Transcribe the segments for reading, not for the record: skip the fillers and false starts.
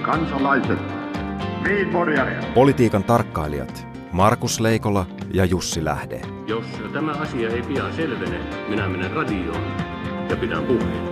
kansalaiset, politiikan tarkkailijat Markus Leikola ja Jussi Lähde. Jos tämä asia ei pian selvene, minä menen radioon ja pidän puheen.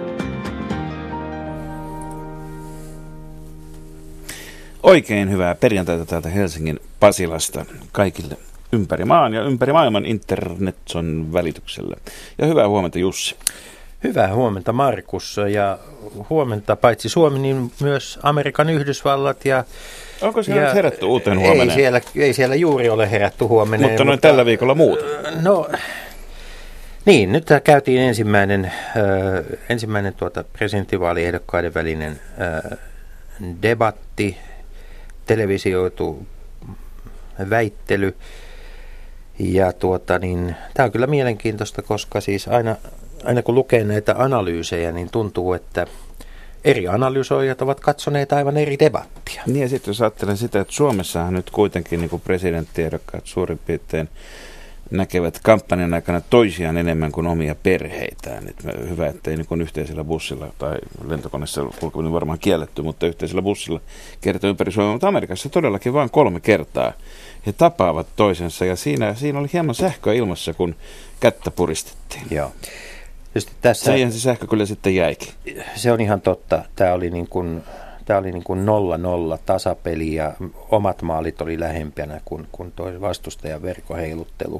Oikein hyvää perjantaita täältä Helsingin Pasilasta kaikille ympäri maan ja ympäri maailman interneton välityksellä. Ja hyvää huomenta Jussi. Hyvää huomenta Markus ja huomenta paitsi Suomi, niin myös Amerikan Yhdysvallat. Ja, onko siellä herätty uuteen huomeneen? Ei siellä juuri ole herätty huomeneen. Mutta noin tällä viikolla muuta. No niin, nyt käytiin ensimmäinen presidentinvaaliehdokkaiden välinen debatti, televisioitu väittely. Ja tämä on kyllä mielenkiintoista, koska siis aina kun lukee näitä analyysejä, niin tuntuu, että eri analysoijat ovat katsoneet aivan eri debattia. Niin ja sitten jos ajattelen sitä, että Suomessahan nyt kuitenkin niin kuin presidenttiehdokkaat suurin piirtein näkevät kampanjan aikana toisiaan enemmän kuin omia perheitään. Et hyvä, ettei niin kuin yhteisellä bussilla tai lentokoneessa kulkeminen varmaan kielletty, mutta yhteisellä bussilla kertoo ympäri Suomea. Mutta Amerikassa todellakin vain 3 kertaa he tapaavat toisensa ja siinä oli hieman sähköä ilmassa, kun kättä puristettiin. Joo. Siihen se sähkö kyllä sitten jäikin. Se on ihan totta. Tämä oli niin kuin 0-0 tasapeli ja omat maalit oli lähempänä kuin tuo vastustajan verkkoheiluttelu.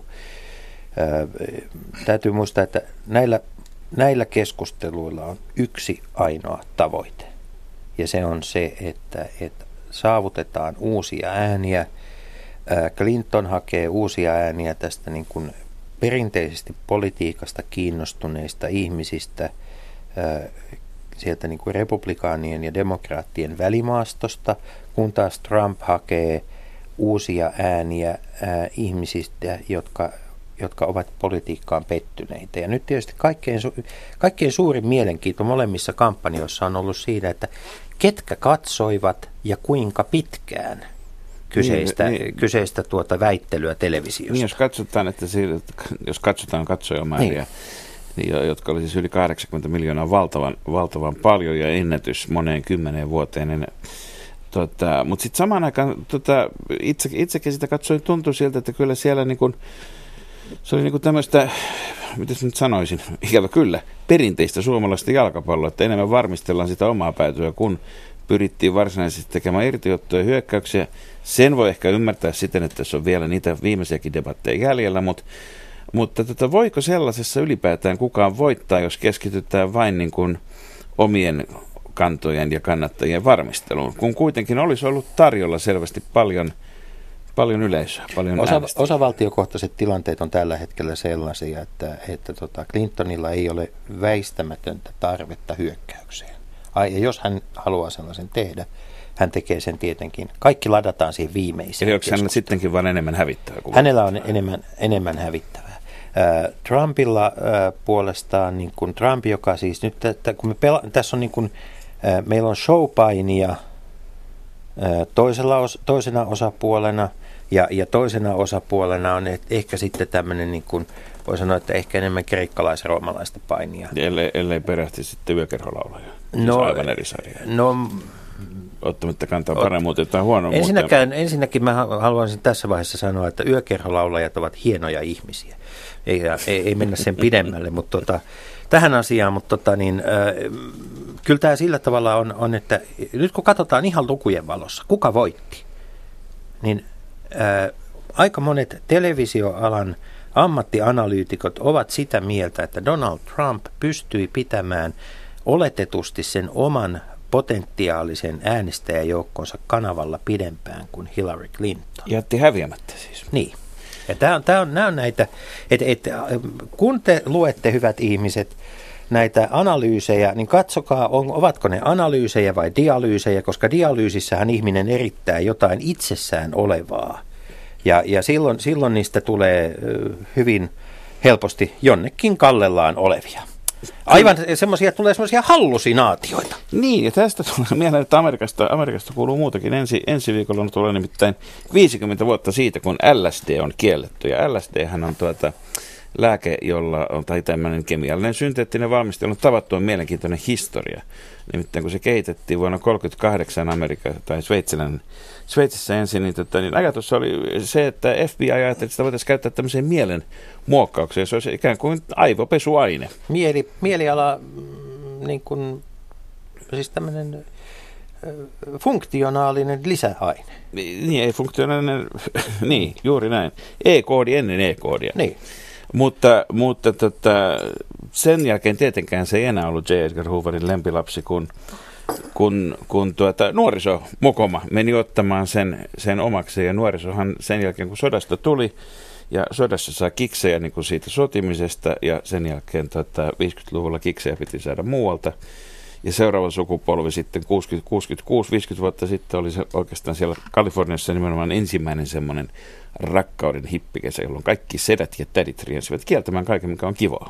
Täytyy muistaa, että näillä keskusteluilla on yksi ainoa tavoite. Ja se on se, että saavutetaan uusia ääniä. Clinton hakee uusia ääniä tästä niin kuin perinteisesti politiikasta kiinnostuneista ihmisistä, sieltä niin kuin republikaanien ja demokraattien välimaastosta, kun taas Trump hakee uusia ääniä ihmisistä, jotka ovat politiikkaan pettyneitä. Ja nyt tietysti kaikkein suurin mielenkiinto molemmissa kampanjoissa on ollut siinä, että ketkä katsoivat ja kuinka pitkään kyseistä väittelyä televisiosta. Niin, jos katsotaan katsojamääriä, niin, jotka oli siis yli 80 miljoonaa valtavan paljon ja ennätys moneen 10 vuoteen. Mutta sitten samaan aikaan itsekin sitä katsoin, tuntui siltä, että kyllä siellä se oli tämmöistä, miten nyt sanoisin, ikävä kyllä, perinteistä suomalaista jalkapalloa, että enemmän varmistellaan sitä omaa päätyä, kun pyrittiin varsinaisesti tekemään irtiottoja ja hyökkäyksiä. Sen voi ehkä ymmärtää siten, että se on vielä niitä viimeisiäkin debatteja jäljellä, mutta voiko sellaisessa ylipäätään kukaan voittaa, jos keskitytään vain niin kuin omien kantojen ja kannattajien varmisteluun, kun kuitenkin olisi ollut tarjolla selvästi paljon yleisöä, paljon äänestäjiä. Osavaltiokohtaiset tilanteet on tällä hetkellä sellaisia, että Clintonilla ei ole väistämätöntä tarvetta hyökkäykseen. Ja jos hän haluaa sellaisen tehdä, hän tekee sen tietenkin. Kaikki ladataan siihen viimeiseen. Eli onko hänellä sittenkin vain enemmän hävittävää? Hänellä on enemmän hävittävää. Trumpilla puolestaan, niin kuin Trump, joka siis nyt, että kun tässä on niin kuin, meillä on showpainia toisena osapuolena, ja toisena osapuolena on ehkä sitten tämmöinen, niin kuin, voi sanoa, että ehkä enemmän kreikkalais-roomalaista painia. Ellei perästi sitten yökerholaulaja. No, aivan eri sarja. No, ottamatta kantaa paremmuuteen tai huonoa. Ensinnäkin mä haluaisin tässä vaiheessa sanoa, että yökerholaulajat ovat hienoja ihmisiä. Ei mennä sen pidemmälle, mutta tähän asiaan, mutta kyllä tämä sillä tavalla on, että nyt kun katsotaan ihan lukujen valossa, kuka voitti, niin aika monet televisioalan ammattianalyytikot ovat sitä mieltä, että Donald Trump pystyi pitämään oletetusti sen oman potentiaalisen äänestäjäjoukkonsa kanavalla pidempään kuin Hillary Clinton. Jätti häviämättä siis. Niin. Ja nämä on näitä, kun te luette, hyvät ihmiset, näitä analyysejä, niin katsokaa, ovatko ne analyysejä vai dialyysejä, koska dialyysissähän ihminen erittää jotain itsessään olevaa. Ja silloin niistä tulee hyvin helposti jonnekin kallellaan olevia. Aivan tulee semmoisia hallusinaatioita. Niin, ja tästä tulee mieleen, että Amerikasta kuuluu muutakin. Ensi viikolla tulee nimittäin 50 vuotta siitä, kun LSD on kielletty. Ja LSDhän on lääke, jolla on, tai tämmöinen kemiallinen synteettinen valmistelu, on tavattoman mielenkiintoinen historia. Nimittäin kun se kehitettiin vuonna 1938 Amerikassa tai Sveitsissä ensin, niin ajatus oli se, että FBI ajatteli, että sitä voitaisiin käyttää tämmöiseen mielen muokkaukseen. Se olisi ikään kuin aivopesuaine. Mieliala, niin kuin, siis tämmöinen funktionaalinen lisäaine. Niin, ei funktionaalinen, niin, juuri näin. E-koodi ennen E-koodia. Niin. Mutta sen jälkeen tietenkään se ei enää ollut J. Edgar Hooverin lempilapsi, kun nuoriso Mokoma meni ottamaan sen omaksi. Ja nuorisohan sen jälkeen, kun sodasta tuli, ja sodassa saa kiksejä niin kuin siitä sotimisesta, ja sen jälkeen 50-luvulla kiksejä piti saada muualta. Ja seuraava sukupolvi sitten 50 vuotta sitten oli se oikeastaan siellä Kaliforniassa nimenomaan ensimmäinen semmoinen rakkauden hippikesä, jolloin kaikki sedät ja tädit riensivät kieltämään kaiken, mikä on kivaa.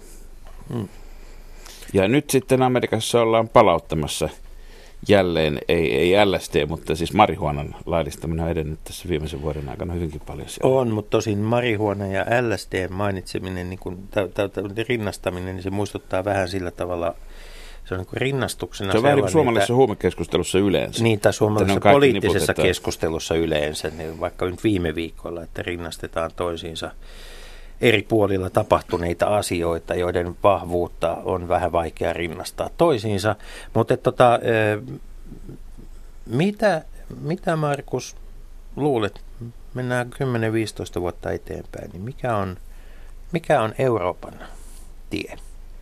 Ja nyt sitten Amerikassa ollaan palauttamassa jälleen, ei LSD, mutta siis marihuanan laillistaminen on edennyt tässä viimeisen vuoden aikana hyvinkin paljon siellä. On, mutta tosin marihuana ja LSD mainitseminen, niin kuin rinnastaminen, niin se muistuttaa vähän sillä tavalla. Se on niin kuin rinnastuksena. Se on vähän niin kuin suomalaisessa huumekeskustelussa yleensä. Niin, tai suomalaisessa poliittisessa keskustelussa yleensä, niin vaikka nyt viime viikolla, että rinnastetaan toisiinsa eri puolilla tapahtuneita asioita, joiden vahvuutta on vähän vaikea rinnastaa toisiinsa. Mutta mitä Markus luulet, mennään 10-15 vuotta eteenpäin, niin mikä on Euroopan tie?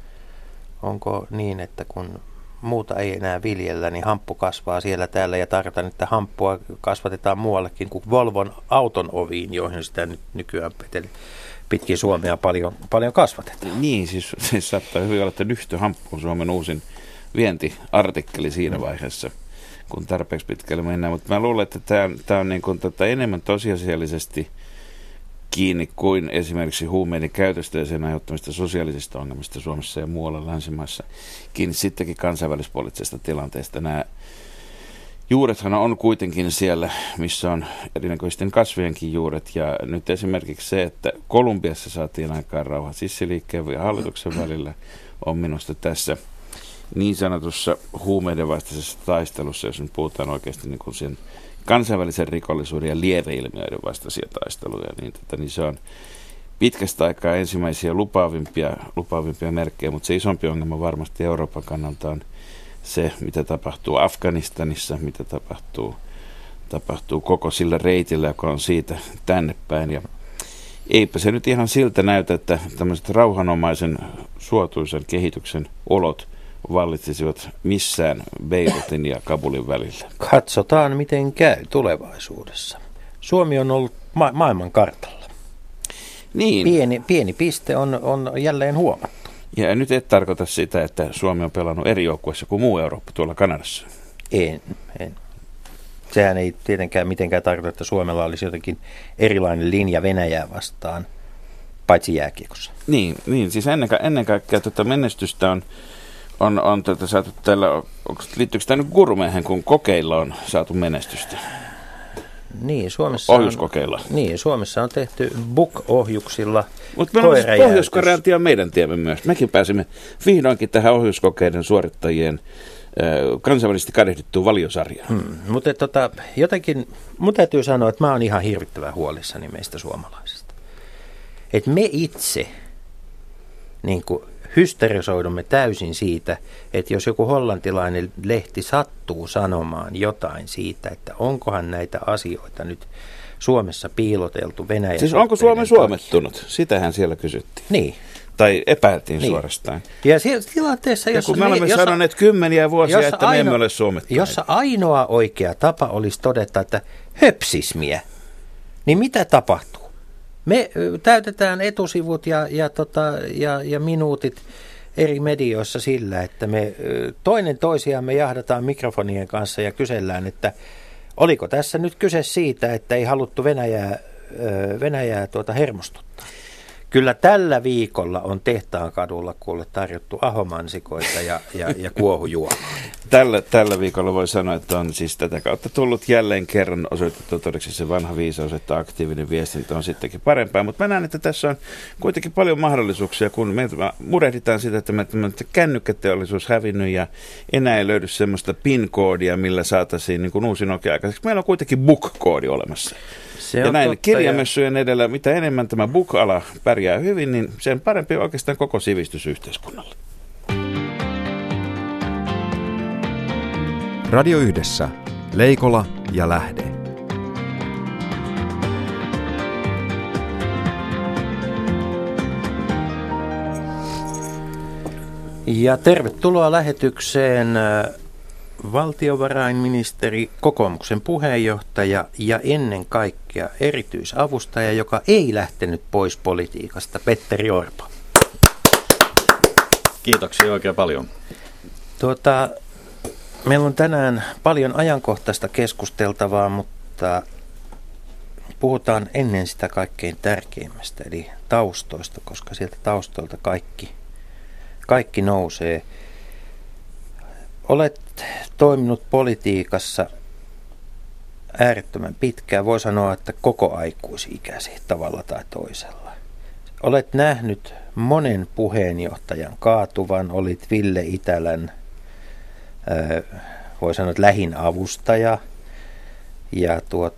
Onko niin, että kun muuta ei enää viljellä, niin hamppu kasvaa siellä täällä ja tarkoitan, että hamppua kasvatetaan muuallekin kuin Volvon auton oviin, joihin sitä nyt nykyään pitkin Suomea paljon kasvatetaan. Niin, siis saattaa hyvin olla, että nyhtöhamppu on Suomen uusin vientiartikkeli siinä vaiheessa, kun tarpeeksi pitkälle mennään. Mutta mä luulen, että tämä on niin kuin enemmän tosiasiallisesti kiinni kuin esimerkiksi huumeiden käytöstä ja sen aiheuttamista sosiaalisista ongelmista Suomessa ja muualla länsimaissa. Kiinni sittenkin kansainvälispoliittisesta tilanteesta. Nämä juurethan on kuitenkin siellä, missä on erinäköisten kasvienkin juuret. Ja nyt esimerkiksi se, että Kolumbiassa saatiin aikaan rauha sissiliikkeen ja hallituksen välillä, on minusta tässä niin sanotussa huumeiden vastaisessa taistelussa, jos nyt puhutaan oikeasti niin kuin sen kansainvälisen rikollisuuden ja lieveilmiöiden vastaisia taisteluja, niin se on pitkästä aikaa ensimmäisiä lupaavimpia merkkejä, mutta se isompi ongelma varmasti Euroopan kannalta on se, mitä tapahtuu Afganistanissa, mitä tapahtuu koko sillä reitillä, joka on siitä tänne päin. Ja eipä se nyt ihan siltä näytä, että tämmöiset rauhanomaisen suotuisen kehityksen olot vallitsisivat missään Beirutin ja Kabulin välillä. Katsotaan, miten käy tulevaisuudessa. Suomi on ollut maailman kartalla. Niin. Pieni piste on jälleen huomattu. Ja nyt et tarkoita sitä, että Suomi on pelannut eri joukkueissa kuin muu Eurooppa tuolla Kanadassa. En. Sehän ei tietenkään mitenkään tarkoita, että Suomella olisi jotenkin erilainen linja Venäjää vastaan, paitsi jääkiekossa. Niin siis ennen kaikkea menestystä on saatu tällä, liittyykö tämä nyt gurumeihin, kun kokeilla on saatu menestystä? Niin, Suomessa ohjuskokeilla. Suomessa on tehty BUK-ohjuksilla. Mutta meillä on siis Pohjois-Korean tie meidän tiemme myös. Mekin pääsimme vihdoinkin tähän ohjuskokeiden suorittajien kansainvälisesti kadehdittuun valiosarjaan. Mutta jotenkin, mun täytyy sanoa, että mä oon ihan hirvittävän huolissani meistä suomalaisista. Että me itse niin kuin hysterisoidumme täysin siitä, että jos joku hollantilainen lehti sattuu sanomaan jotain siitä, että onkohan näitä asioita nyt Suomessa piiloteltu Venäjä. Siis onko Suomi suomettunut? Sitähän siellä kysyttiin. Niin. Tai epäiltiin suorastaan. Ja tilanteessa, kun me olemme sanoneet kymmeniä vuosia, että me emme ole suomettuneet. Jossa ainoa oikea tapa olisi todeta, että höpsismiä, niin mitä tapahtuu? Me täytetään etusivut ja minuutit eri medioissa sillä, että me toinen toisiamme jahdataan mikrofonien kanssa ja kysellään, että oliko tässä nyt kyse siitä, että ei haluttu Venäjää hermostuttaa. Kyllä tällä viikolla on Tehtaan kadulla kuulle tarjottu ahomansikoita ja kuohujuomaa. tällä viikolla voi sanoa, että on siis tätä kautta tullut jälleen kerran osoitettu todeksi se vanha viisaus, että aktiivinen viestintä on sittenkin parempaa. Mutta mä näen, että tässä on kuitenkin paljon mahdollisuuksia, kun me murehditaan sitä, että me kännykkäteollisuus hävinnyt ja enää ei löydy semmoista PIN-koodia, millä saataisiin niin kuin uusi Nokia aikaiseksi. Meillä on kuitenkin book-koodi olemassa. Ja näin kirjamessujen edellä, mitä enemmän tämä book-ala pärjää hyvin, niin sen parempi oikeastaan koko sivistysyhteiskunnalle. Radio Yhdessä. Leikola ja Lähde. Ja tervetuloa lähetykseen valtiovarainministeri, kokoomuksen puheenjohtaja ja ennen kaikkea erityisavustaja, joka ei lähtenyt pois politiikasta, Petteri Orpo. Kiitoksia oikein paljon. Meillä on tänään paljon ajankohtaista keskusteltavaa, mutta puhutaan ennen sitä kaikkein tärkeimmästä, eli taustoista, koska sieltä taustoilta kaikki nousee. Olet toiminut politiikassa äärettömän pitkään, voi sanoa, että koko aikuisikäsi tavalla tai toisella. Olet nähnyt monen puheenjohtajan kaatuvan, olit Ville Itälän, voi sanoa, että lähin avustaja ja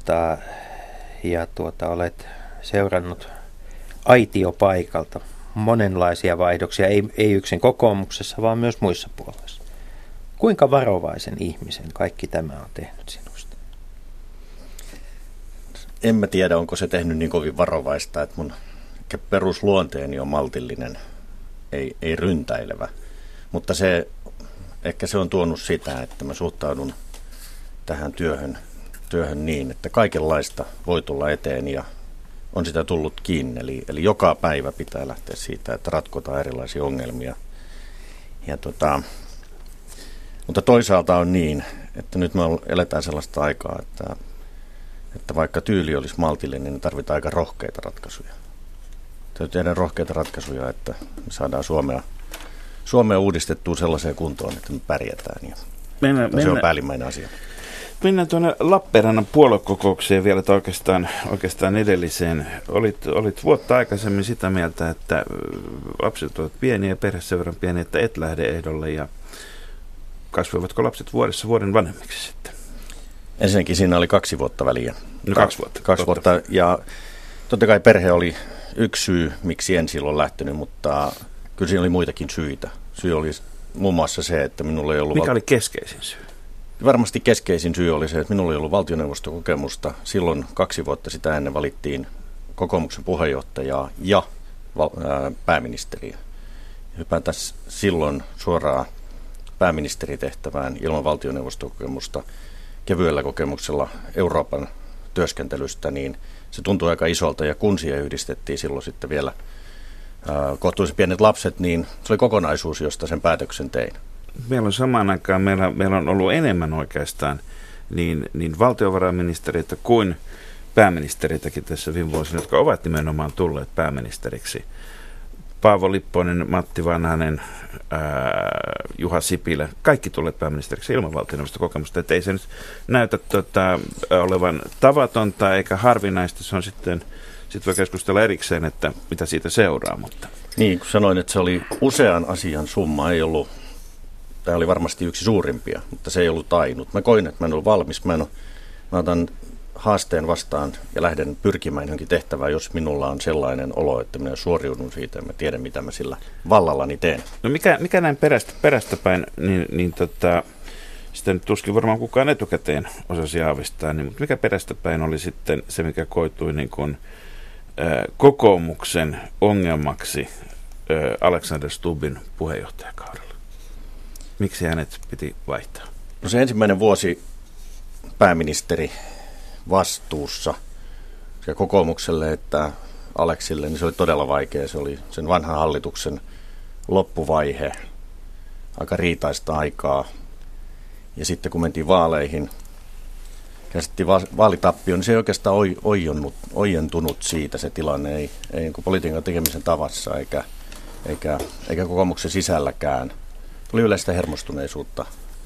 olet seurannut aitiopaikalta monenlaisia vaihdoksia, ei yksin kokoomuksessa, vaan myös muissa puolueissa. Kuinka varovaisen ihmisen kaikki tämä on tehnyt sinusta? En mä tiedä, onko se tehnyt niin kovin varovaista, että mun perusluonteeni on maltillinen, ei ryntäilevä. Mutta ehkä se on tuonut sitä, että mä suhtaudun tähän työhön niin, että kaikenlaista voi tulla eteen ja on sitä tullut kiinni. Eli joka päivä pitää lähteä siitä, että ratkotaan erilaisia ongelmia. Mutta toisaalta on niin, että nyt me eletään sellaista aikaa, että vaikka tyyli olisi maltillinen, niin tarvitaan aika rohkeita ratkaisuja. Täytyy tehdä rohkeita ratkaisuja, että me saadaan Suomea uudistettua sellaiseen kuntoon, että me pärjätään. Ja se on päällimmäinen asia. Mennään tuonne Lappeenrannan puoluekokoukseen vielä oikeastaan edelliseen. Olit vuotta aikaisemmin sitä mieltä, että lapset ovat pieniä ja perhe sen verran pieniä, että et lähde ehdolle. Ja kasvoivatko lapset vuoden vanhemmiksi sitten? Ensinnäkin siinä oli 2 vuotta väliä. No 2 vuotta. 2 vuotta ja totta kai perhe oli yksi syy, miksi en silloin lähtenyt, mutta kyllä siinä oli muitakin syitä. Syy oli muun muassa se, että minulla ei ollut... Mikä oli keskeisin syy? Varmasti keskeisin syy oli se, että minulla ei ollut valtioneuvostokokemusta. Silloin 2 vuotta sitä ennen valittiin kokoomuksen puheenjohtajaa ja pääministeriä. Hypätä silloin suoraan pääministeritehtävään ilman valtioneuvostokokemusta kevyellä kokemuksella Euroopan työskentelystä, niin se tuntui aika isolta, ja kun siihen yhdistettiin silloin sitten vielä kohtuullisen pienet lapset, niin se oli kokonaisuus, josta sen päätöksen tein. Meillä on samaan aikaan, meillä on ollut enemmän oikeastaan niin valtiovarainministeriötä kuin pääministeritäkin tässä viime vuosina, jotka ovat nimenomaan tulleet pääministeriksi. Paavo Lipponen, Matti Vanhanen, Juha Sipilä, kaikki tulleet pääministeriksi ilman valtioneuvostokokemusta. Että ei se nyt näytä olevan tavatonta eikä harvinaista. Se on sitten voi keskustella erikseen, että mitä siitä seuraa. Mutta. Niin, kun sanoin, että se oli usean asian summa, tämä oli varmasti yksi suurimpia, mutta se ei ollut ainut. Mä koin, että mä en ollut valmis. Mä otan haasteen vastaan ja lähden pyrkimään johonkin tehtävään, jos minulla on sellainen olo, että minä suoriudun siitä ja mä tiedän, mitä mä sillä vallallani teen. No mikä näin perästäpäin, niin sitä nyt tuskin varmaan kukaan etukäteen osasi aavistaa, mutta mikä perästäpäin oli sitten se, mikä koitui niin kuin, kokoomuksen ongelmaksi Alexander Stubbin puheenjohtajakaudella? Miksi hänet piti vaihtaa? No se ensimmäinen vuosi pääministeri vastuussa sekä kokoomukselle että Aleksille, niin se oli todella vaikea. Se oli sen vanhan hallituksen loppuvaihe, aika riitaista aikaa. Ja sitten kun mentiin vaaleihin, käsittiin vaalitappio, niin se ei oikeastaan oijentunut siitä se tilanne, ei niin kuin politiikan tekemisen tavassa eikä kokoomuksen sisälläkään. Oli yleistä hermostuneisuutta.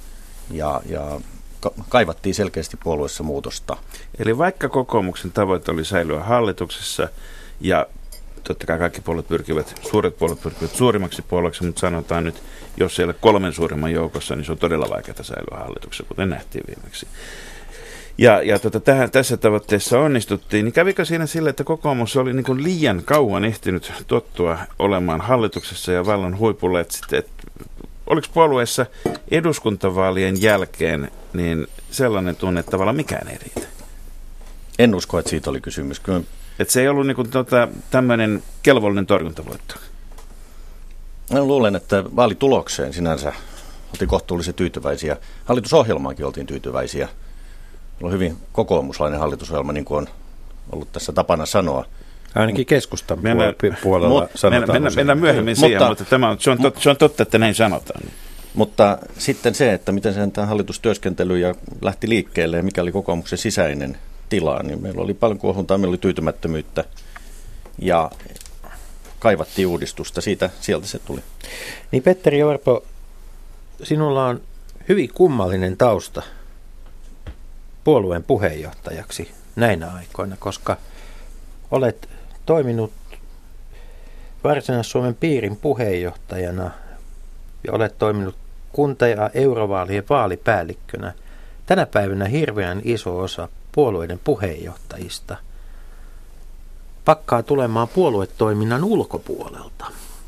ja kaivattiin selkeästi puolueessa muutosta. Eli vaikka kokoomuksen tavoite oli säilyä hallituksessa ja totta kai kaikki suuret puolueet pyrkivät suurimmaksi puolueeksi, mutta sanotaan nyt, jos ei ole 3 suurimman joukossa, niin se on todella vaikeaa säilyä hallituksessa, kuten nähtiin viimeksi. Ja tässä tavoitteessa onnistuttiin, niin kävikö siinä sille, että kokoomus oli niin kuin liian kauan ehtinyt tottua olemaan hallituksessa ja vallan huipulle, että oliko puolueessa eduskuntavaalien jälkeen niin sellainen tunne, että tavallaan mikään ei riitä? En usko, että siitä oli kysymys. Kyllä. Että se ei ollut niin kuin tämmöinen kelvollinen torjuntavoitto. Mä luulen, että vaalitulokseen sinänsä oltiin kohtuullisen tyytyväisiä. Hallitusohjelmaankin oltiin tyytyväisiä. On hyvin kokoomuslainen hallitusohjelma, niin kuin on ollut tässä tapana sanoa. Ainakin keskustan puolella sanotaan. Mennään myöhemmin siihen, mutta se on totta, että näin sanotaan. Mutta sitten se, että miten se tämä hallitustyöskentely ja lähti liikkeelle ja mikä oli kokoomuksen sisäinen tila, niin meillä oli paljon kuohuntaa, meillä oli tyytymättömyyttä ja kaivattiin uudistusta. Sieltä se tuli. Niin Petteri Orpo, sinulla on hyvin kummallinen tausta puolueen puheenjohtajaksi näinä aikoina, koska olet toiminut Varsinais-Suomen piirin puheenjohtajana ja olet toiminut kunta- ja eurovaalien vaalipäällikkönä. Tänä päivänä hirveän iso osa puolueiden puheenjohtajista pakkaa tulemaan puoluetoiminnan ulkopuolelta.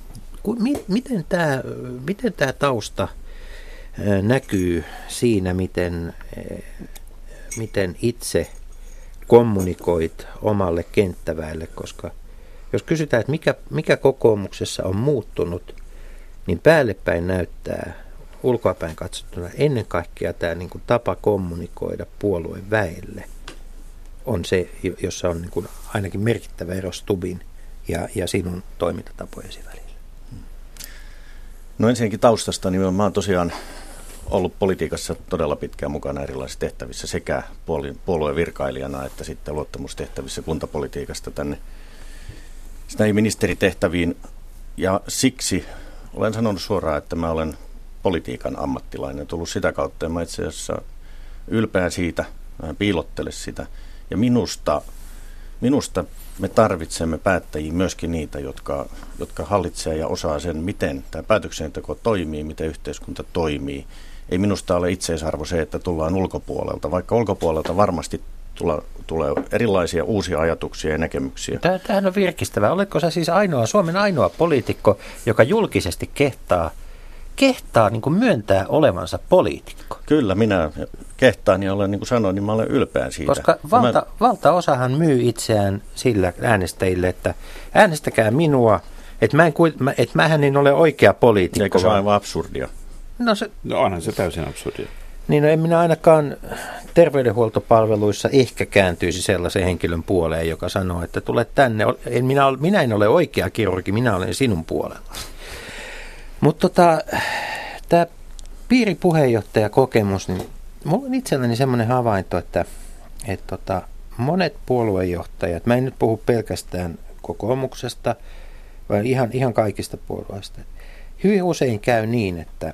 Miten tämä tausta näkyy siinä, miten itse kommunikoit omalle kenttäväelle, koska jos kysytään, että mikä kokoomuksessa on muuttunut, niin päällepäin näyttää ulkoapäin katsottuna ennen kaikkea tämä niin kuin tapa kommunikoida puolueen väelle on se, jossa on niin kuin ainakin merkittävä ero Stubbin ja sinun toimintatapojesi välillä. No ensinnäkin taustasta, niin mä oon tosiaan ollut politiikassa todella pitkään mukana erilaisissa tehtävissä sekä puolueen virkailijana että sitten luottamustehtävissä kuntapolitiikasta tänne näihin ministeritehtäviin. Ja siksi olen sanonut suoraan, että mä olen politiikan ammattilainen, tullut sitä kautta ja mä itse asiassa ylpeän siitä, mä piilottele sitä. Ja minusta me tarvitsemme päättäjiä myöskin niitä, jotka hallitsee ja osaa sen, miten tämä päätöksenteko toimii, miten yhteiskunta toimii. Ei minusta ole itseisarvo se, että tullaan ulkopuolelta, vaikka ulkopuolelta varmasti tulee erilaisia uusia ajatuksia ja näkemyksiä. Tämähän on virkistävää. Oletko sä siis Suomen ainoa poliitikko, joka julkisesti kehtaa niin kuin myöntää olevansa poliitikko? Kyllä, minä kehtaan ja olen, niin kuin sanoin, niin mä olen ylpeä siitä. Koska valtaosahan myy itseään sillä äänestäjille, että äänestäkää minua, että mähän en ole oikea poliitikko. Eikö se ole aivan absurdia? No onhan se täysin absurdia. Niin en minä ainakaan terveydenhuoltopalveluissa ehkä kääntyisi sellaisen henkilön puoleen, joka sanoo, että tule tänne. Minä en ole oikea kirurgi, minä olen sinun puolella. Mutta tämä piiripuheenjohtajakokemus, niin mulla on itselläni semmoinen havainto, että monet puoluejohtajat, mä en nyt puhu pelkästään kokoomuksesta, vaan ihan kaikista puolueista. Hyvin usein käy niin, että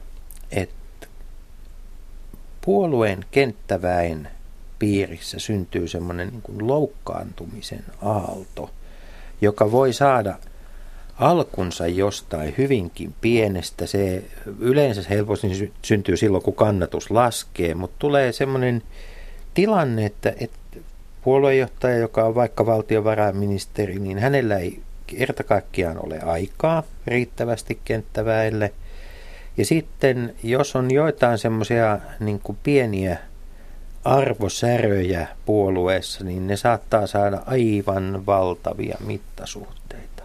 puolueen kenttäväen piirissä syntyy semmoinen niin kuin loukkaantumisen aalto, joka voi saada alkunsa jostain hyvinkin pienestä. Se yleensä helposti syntyy silloin, kun kannatus laskee, mutta tulee semmoinen tilanne, että puoluejohtaja, joka on vaikka valtiovarainministeri, niin hänellä ei kerta kaikkiaan ole aikaa riittävästi kenttäväelle. Ja sitten, jos on joitain semmoisia niin kuin pieniä arvosäröjä puolueessa, niin ne saattaa saada aivan valtavia mittasuhteita.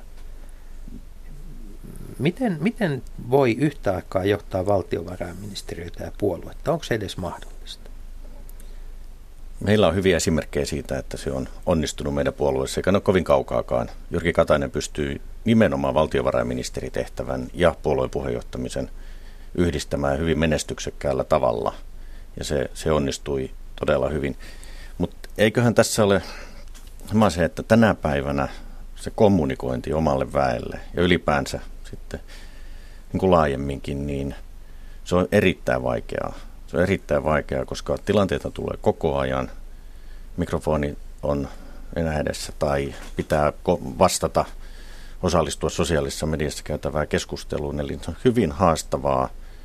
Miten voi yhtä aikaa johtaa valtiovarainministeriötä ja puoluetta? Onko se edes mahdollista? Meillä on hyviä esimerkkejä siitä, että se on onnistunut meidän puolueessa, eikä ole kovin kaukaakaan. Jyrki Katainen pystyy nimenomaan valtiovarainministeritehtävän ja puolueen puheenjohtamisen yhdistämään hyvin menestyksekkäällä tavalla. Ja se onnistui todella hyvin. Mutta eiköhän tässä ole se, että tänä päivänä se kommunikointi omalle väelle ja ylipäänsä sitten niin kuin laajemminkin, niin se on erittäin vaikeaa. Se on erittäin vaikeaa, koska tilanteita tulee koko ajan. Mikrofoni on enää edessä tai pitää vastata, osallistua sosiaalisessa mediassa käytävään keskusteluun. Eli se on hyvin haastavaa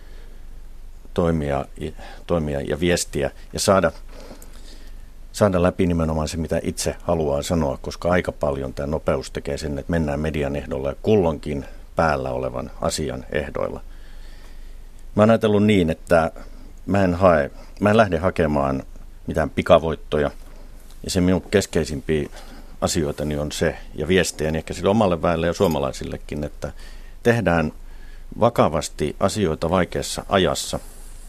toimia ja viestiä ja saada läpi nimenomaan se, mitä itse haluaa sanoa, koska aika paljon tämä nopeus tekee sen, että mennään median ehdolla ja kulloinkin päällä olevan asian ehdoilla. Mä oon ajatellut niin, että mä en lähde hakemaan mitään pikavoittoja, ja se minun keskeisimpiä asioitani on se, ja viestejäni ehkä sille omalle väelle ja suomalaisillekin, että tehdään vakavasti asioita vaikeassa ajassa,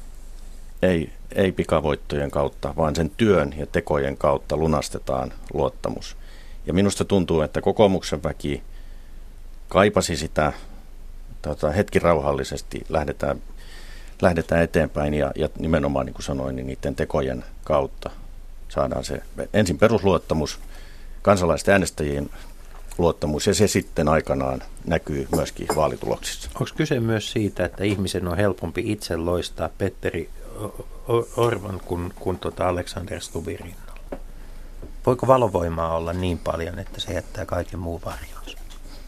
ei pikavoittojen kautta, vaan sen työn ja tekojen kautta lunastetaan luottamus. Ja minusta tuntuu, että kokoomuksen väki kaipasi sitä, hetki rauhallisesti lähdetään eteenpäin ja nimenomaan, niin kuin sanoin, niin niiden tekojen kautta saadaan se ensin perusluottamus, kansalaisten äänestäjien luottamus ja se sitten aikanaan näkyy myöskin vaalituloksissa. Onko kyse myös siitä, että ihmisen on helpompi itse loistaa Petteri Orpon kuin Alexander Stubbin rinnalla? Voiko valovoimaa olla niin paljon, että se jättää kaiken muun varjoonsa?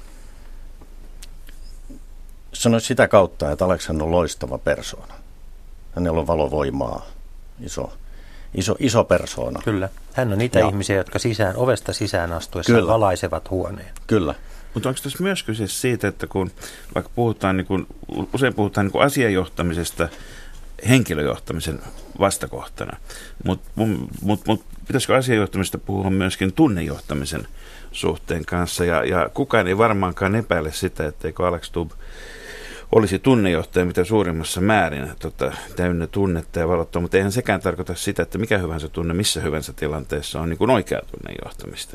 Sanoisin sitä kautta, että Alexander on loistava persoona. Hänellä on valovoimaa, iso persoona. Kyllä. Hän on niitä ihmisiä, jotka ovesta sisään astuessa valaisevat huoneen. Kyllä. Mutta onko tässä myös kyse siitä, että kun vaikka puhutaan, usein puhutaan asiajohtamisesta henkilöjohtamisen vastakohtana, mutta pitäisikö asiajohtamista puhua myöskin tunnejohtamisen suhteen kanssa, ja kukaan ei varmaankaan epäile sitä, etteikö Alex Stubb olisi tunnejohtaja mitä suurimmassa määrin täynnä tunnetta ja valottua, mutta eihän sekään tarkoita sitä, että mikä hyvänsä tunne missä hyvänsä tilanteessa on niin kuin oikea tunnejohtamista.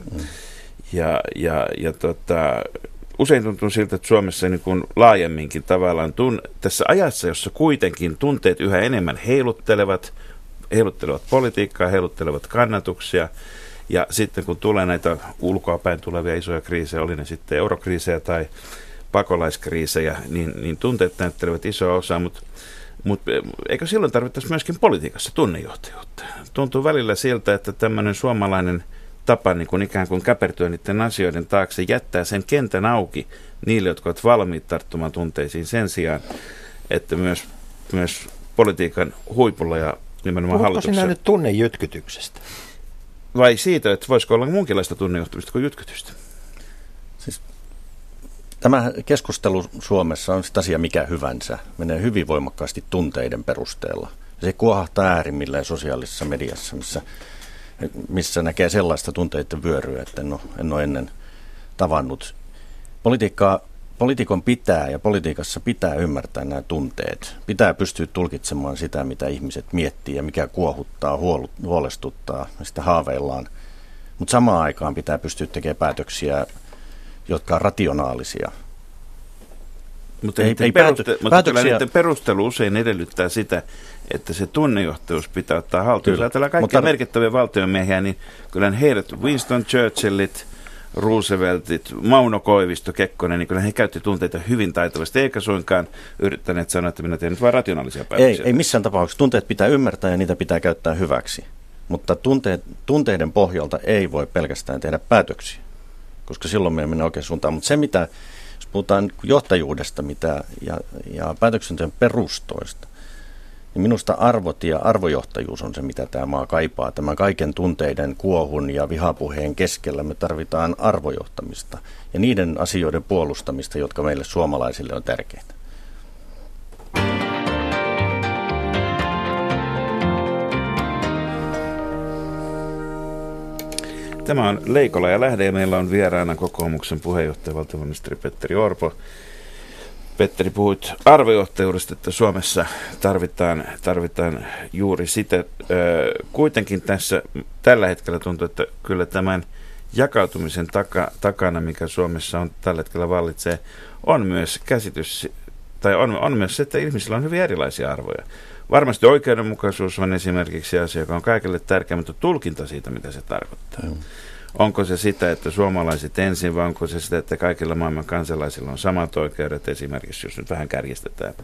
Usein tuntuu siltä, että Suomessa niin kuin laajemminkin tavallaan tässä ajassa, jossa kuitenkin tunteet yhä enemmän heiluttelevat politiikkaa, heiluttelevat kannatuksia, ja sitten kun tulee näitä ulkoapäin tulevia isoja kriisejä, oli ne sitten eurokriisejä tai pakolaiskriisejä, niin tunteet näyttelevät isoa osaa, mutta eikö silloin tarvittaisi myöskin politiikassa tunnejohtajuutta? Tuntuu välillä siltä, että tämmöinen suomalainen tapa niin kuin ikään kuin käpertyä niiden asioiden taakse jättää sen kentän auki niille, jotka ovat valmiit tarttumaan tunteisiin sen sijaan, että myös politiikan huipulla ja nimenomaan hallituksessa. Onko sinä nyt tunnejytkytyksestä? Vai siitä, että voisiko olla muunkinlaista tunnejohtamista kuin jytkytystä? Siis tämä keskustelu Suomessa on sitä asia mikä hyvänsä. Menee hyvin voimakkaasti tunteiden perusteella. Se kuohahtaa äärimmilleen sosiaalisessa mediassa, missä näkee sellaista tunteiden vyöryä, että en ole ennen tavannut. Poliitikon pitää ja politiikassa pitää ymmärtää nämä tunteet. Pitää pystyä tulkitsemaan sitä, mitä ihmiset miettii ja mikä kuohuttaa, huolestuttaa, sitä haaveillaan. Mutta samaan aikaan pitää pystyä tekemään päätöksiä, jotka on rationaalisia. Mutta niiden perustelu usein edellyttää sitä, että se tunnejohtajuus pitää ottaa haltuun. Jos ajatellaan kaikkia merkittäviä valtionmiehiä, niin kyllä heidät, Winston Churchillit, Rooseveltit, Mauno Koivisto, Kekkonen, niin kyllä he käytti tunteita hyvin taitavasti, eikä suinkaan yrittäneet sanoa, että minä teen nyt vain rationaalisia päätöksiä. Ei missään tapauksessa. Tunteet pitää ymmärtää ja niitä pitää käyttää hyväksi. Mutta tunteiden pohjalta ei voi pelkästään tehdä päätöksiä, koska silloin me mennään oikein suuntaan. Mutta se, jos puhutaan johtajuudesta ja päätöksenteon perustoista, niin minusta arvot ja arvojohtajuus on se, mitä tämä maa kaipaa. Tämän kaiken tunteiden, kuohun ja vihapuheen keskellä me tarvitaan arvojohtamista ja niiden asioiden puolustamista, jotka meille suomalaisille on tärkeitä. Tämä on Leikola ja Lähde ja meillä on vieraana kokoomuksen puheenjohtaja valtiovarainministeri Petteri Orpo. Petteri, puhuit arvojohtajuudesta, että Suomessa tarvitaan juuri sitä. Kuitenkin tällä hetkellä tuntuu, että kyllä tämän jakautumisen takana, mikä Suomessa on tällä hetkellä vallitsee, on myös käsitys, tai on myös se, että ihmisillä on hyvin erilaisia arvoja. Varmasti oikeudenmukaisuus on esimerkiksi asia, joka on kaikille tärkeä, mutta tulkinta siitä, mitä se tarkoittaa, Onko se sitä, että suomalaiset ensin, vai onko se sitä, että kaikilla maailman kansalaisilla on samat oikeudet, esimerkiksi jos nyt vähän kärjestetään.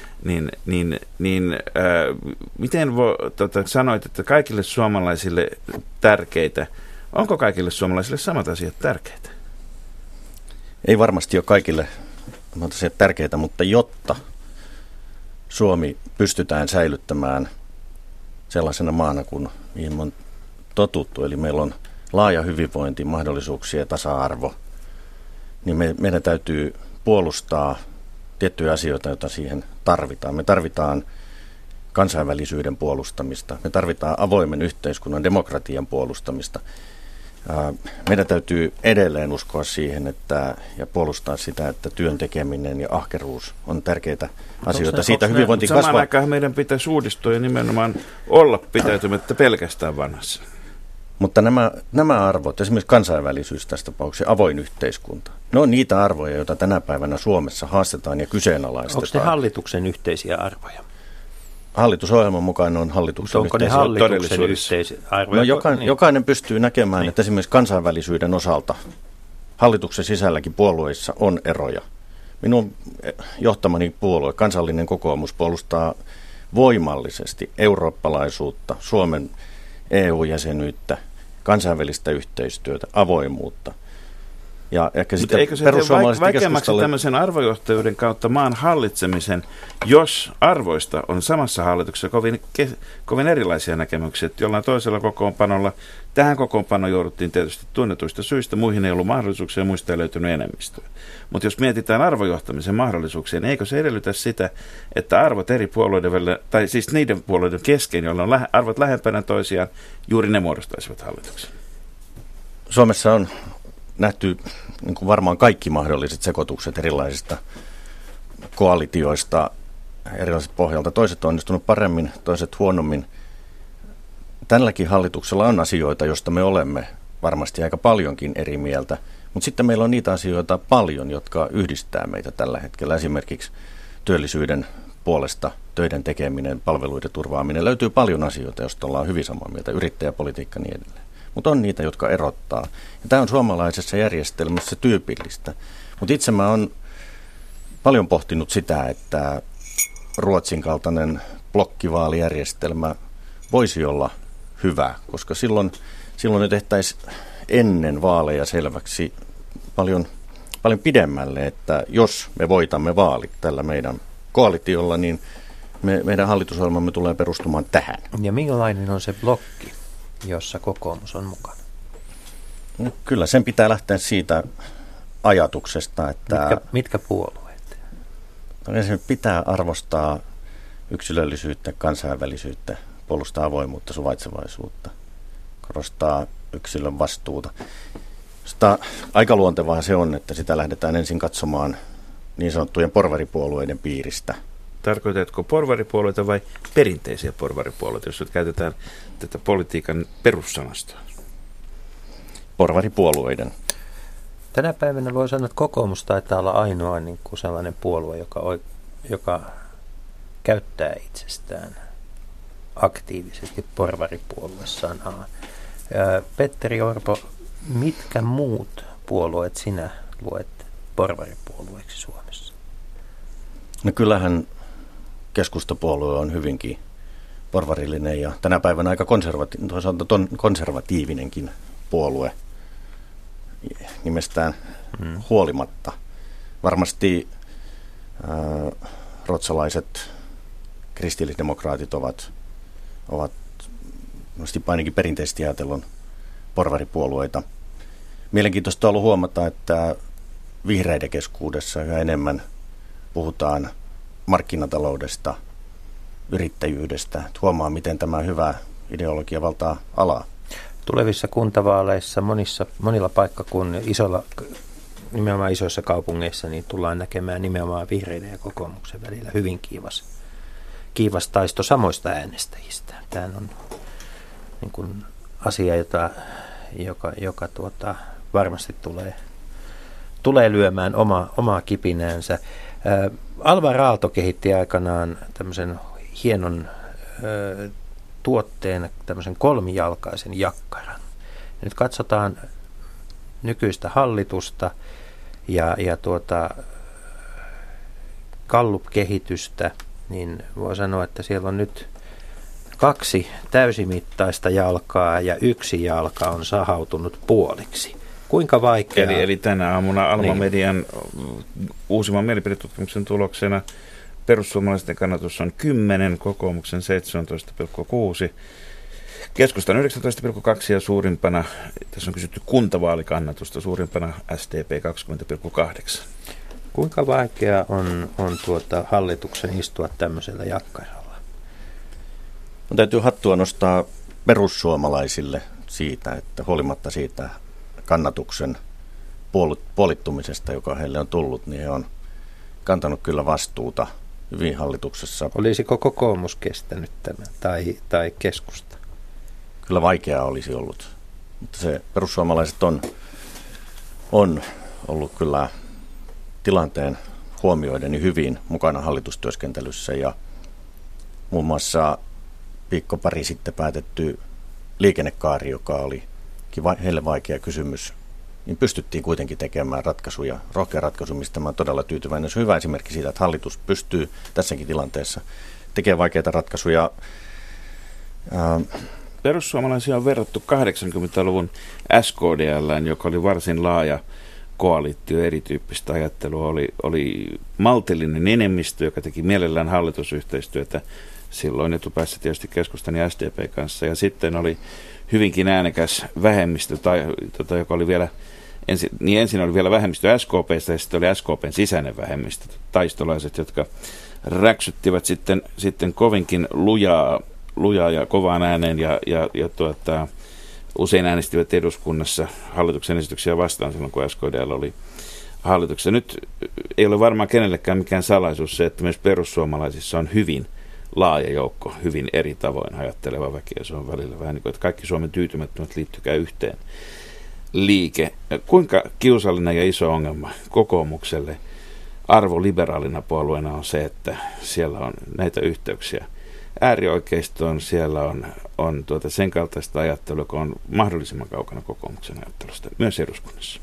Miten sanoit, että kaikille suomalaisille tärkeitä, onko kaikille suomalaisille samat asiat tärkeitä? Ei varmasti ole kaikille tärkeitä, mutta jotta Suomi pystytään säilyttämään sellaisena maana kuin mihin on totuttu, eli meillä on laaja hyvinvointi, mahdollisuuksia ja tasa-arvo, niin meidän täytyy puolustaa tiettyjä asioita, joita siihen tarvitaan. Me tarvitaan kansainvälisyyden puolustamista, me tarvitaan avoimen yhteiskunnan demokratian puolustamista. Meidän täytyy edelleen uskoa siihen ja puolustaa sitä, että työn tekeminen ja ahkeruus on tärkeitä asioita. Siitä hyvinvointi kasvaa. Samaan aikaan meidän pitäisi uudistua ja nimenomaan olla pitäytymättä pelkästään vanhassa. Mutta nämä arvot, esimerkiksi kansainvälisyys tässä tapauksessa, avoin yhteiskunta, ne on niitä arvoja, joita tänä päivänä Suomessa haastetaan ja kyseenalaistetaan. Onko ne hallituksen yhteisiä arvoja? Hallitusohjelman mukaan on hallituksen yhteisiä arvoja. Onko ne hallituksen yhteisiä arvoja? No jokainen pystyy näkemään, että esimerkiksi kansainvälisyyden osalta hallituksen sisälläkin puolueissa on eroja. Minun johtamani puolue, Kansallinen Kokoomus, puolustaa voimallisesti eurooppalaisuutta, Suomen EU-jäsenyyttä, kansainvälistä yhteistyötä, avoimuutta. Ja ehkä mutta eikö se tee vaikeammaksi tämmöisen arvojohtajuuden kautta maan hallitsemisen, jos arvoista on samassa hallituksessa kovin erilaisia näkemyksiä, että jollain toisella kokoonpanolla, tähän kokoonpanoon jouduttiin tietysti tunnetuista syistä, muihin ei ollut mahdollisuuksia ja muista ei löytynyt enemmistöä. Mutta jos mietitään arvojohtamisen mahdollisuuksia, niin eikö se edellytä sitä, että arvot eri puolueiden välillä, tai siis niiden puolueiden kesken, joilla on arvot lähempänä toisiaan, juuri ne muodostaisivat hallituksen? Suomessa on nähty niin kuin varmaan kaikki mahdolliset sekoitukset erilaisista koalitioista erilaiset pohjalta. Toiset on onnistunut paremmin, toiset huonommin. Tälläkin hallituksella on asioita, joista me olemme varmasti aika paljonkin eri mieltä, mutta sitten meillä on niitä asioita paljon, jotka yhdistää meitä tällä hetkellä. Esimerkiksi työllisyyden puolesta töiden tekeminen, palveluiden turvaaminen. Löytyy paljon asioita, joista ollaan hyvin samaa mieltä, yrittäjäpolitiikka ja niin edelleen. Mutta on niitä, jotka erottaa. Ja tämä on suomalaisessa järjestelmässä tyypillistä. Mutta itse mä oon paljon pohtinut sitä, että Ruotsin kaltainen blokkivaalijärjestelmä voisi olla hyvä, koska silloin ne tehtäisiin ennen vaaleja selväksi paljon pidemmälle, että jos me voitamme vaalit tällä meidän koalitiolla, niin meidän hallitusohjelmamme tulee perustumaan tähän. Ja millainen on se blokki, jossa kokoomus on mukana? No, kyllä sen pitää lähteä siitä ajatuksesta, että mitkä puolueet? Sen pitää arvostaa yksilöllisyyttä, kansainvälisyyttä, puolustaa avoimuutta, suvaitsevaisuutta, korostaa yksilön vastuuta. Aika luontevaa se on, että sitä lähdetään ensin katsomaan niin sanottujen porvaripuolueiden piiristä. Tarkoitatko porvaripuolueita vai perinteisiä porvaripuolueita, jos käytetään tätä politiikan perussanastoa? Porvaripuolueiden. Tänä päivänä voi sanoa, että kokoomus taitaa olla ainoa niin kuin sellainen puolue, joka käyttää itsestään aktiivisesti porvaripuolueessaan. Petteri Orpo, mitkä muut puolueet sinä luet porvaripuolueeksi Suomessa? No kyllähän keskustapuolue on hyvinkin porvarillinen ja tänä päivänä aika konservatiivinenkin puolue nimestään huolimatta. Varmasti ruotsalaiset kristillisdemokraatit ovat ainakin perinteisesti ajatellen porvaripuolueita. Mielenkiintoista on ollut huomata, että vihreiden keskuudessa yhä enemmän puhutaan markkinataloudesta, yrittäjyydestä. Huomaa, miten tämä hyvä ideologia valtaa alaa. Tulevissa kuntavaaleissa monilla paikkakunnilla, nimenomaan isoissa kaupungeissa, niin tullaan näkemään nimenomaan vihreiden ja kokoomuksen välillä hyvin kiivas taisto samoista äänestäjistä. Tämä on niin kuin asia, joka varmasti tulee lyömään omaa kipinäänsä. Alvar Aalto kehitti aikanaan tämmöisen hienon tuotteen, tämmöisen kolmijalkaisen jakkaran. Nyt katsotaan nykyistä hallitusta ja Gallup-kehitystä, niin voi sanoa, että siellä on nyt 2 täysimittaista jalkaa ja 1 jalka on sahautunut puoliksi. Kuinka vaikeaa? Eli tänä aamuna Alma Median uusimman mielipidetutkimuksen tuloksena perussuomalaisten kannatus on 10, kokoomuksen 17,6, keskustan 19,2 ja suurimpana, tässä on kysytty kuntavaalikannatusta, suurimpana SDP 20,8. Kuinka vaikeaa on hallituksen istua tämmöisellä jakkaralla? On täytyy hattua nostaa perussuomalaisille siitä, että huolimatta siitä kannatuksen puolittumisesta, joka heille on tullut, niin he on kantanut kyllä vastuuta hyvin hallituksessa. Olisiko kokoomus kestänyt tämän tai keskusta? Kyllä vaikeaa olisi ollut, mutta se perussuomalaiset on ollut kyllä tilanteen huomioiden niin hyvin mukana hallitustyöskentelyssä ja muun muassa viikko pari sitten päätetty liikennekaari, joka oli heille vaikea kysymys, niin pystyttiin kuitenkin tekemään ratkaisuja, rohkea ratkaisu, mistä mä olen todella tyytyväinen. Se on hyvä esimerkki siitä, että hallitus pystyy tässäkin tilanteessa tekemään vaikeita ratkaisuja. Perussuomalaisia on verrattu 80-luvun SKDL:ään, joka oli varsin laaja koalitio, erityyppistä ajattelua. Oli maltillinen enemmistö, joka teki mielellään hallitusyhteistyötä silloin etupäässä tietysti keskustan ja SDP kanssa. Ja sitten oli hyvinkin äänekäs vähemmistö, joka oli vielä ensin oli vielä vähemmistö SKP:stä ja sitten oli SKP:n sisäinen vähemmistö, taistolaiset, jotka räksyttivät sitten kovinkin lujaa ja kovaan ääneen ja usein äänestivät eduskunnassa hallituksen esityksiä vastaan silloin, kun SKDL oli hallituksessa. Nyt ei ole varmaan kenellekään mikään salaisuus se, että myös perussuomalaisissa on hyvin laaja joukko, hyvin eri tavoin ajatteleva väki, ja se on välillä vähän niin kuin, että kaikki Suomen tyytymättömät liittykää yhteen liike. Kuinka kiusallinen ja iso ongelma kokoomukselle arvoliberaalina puolueena on se, että siellä on näitä yhteyksiä äärioikeistoon, siellä on sen kaltaista ajattelua, joka on mahdollisimman kaukana kokoomuksen ajattelusta, myös eduskunnassa.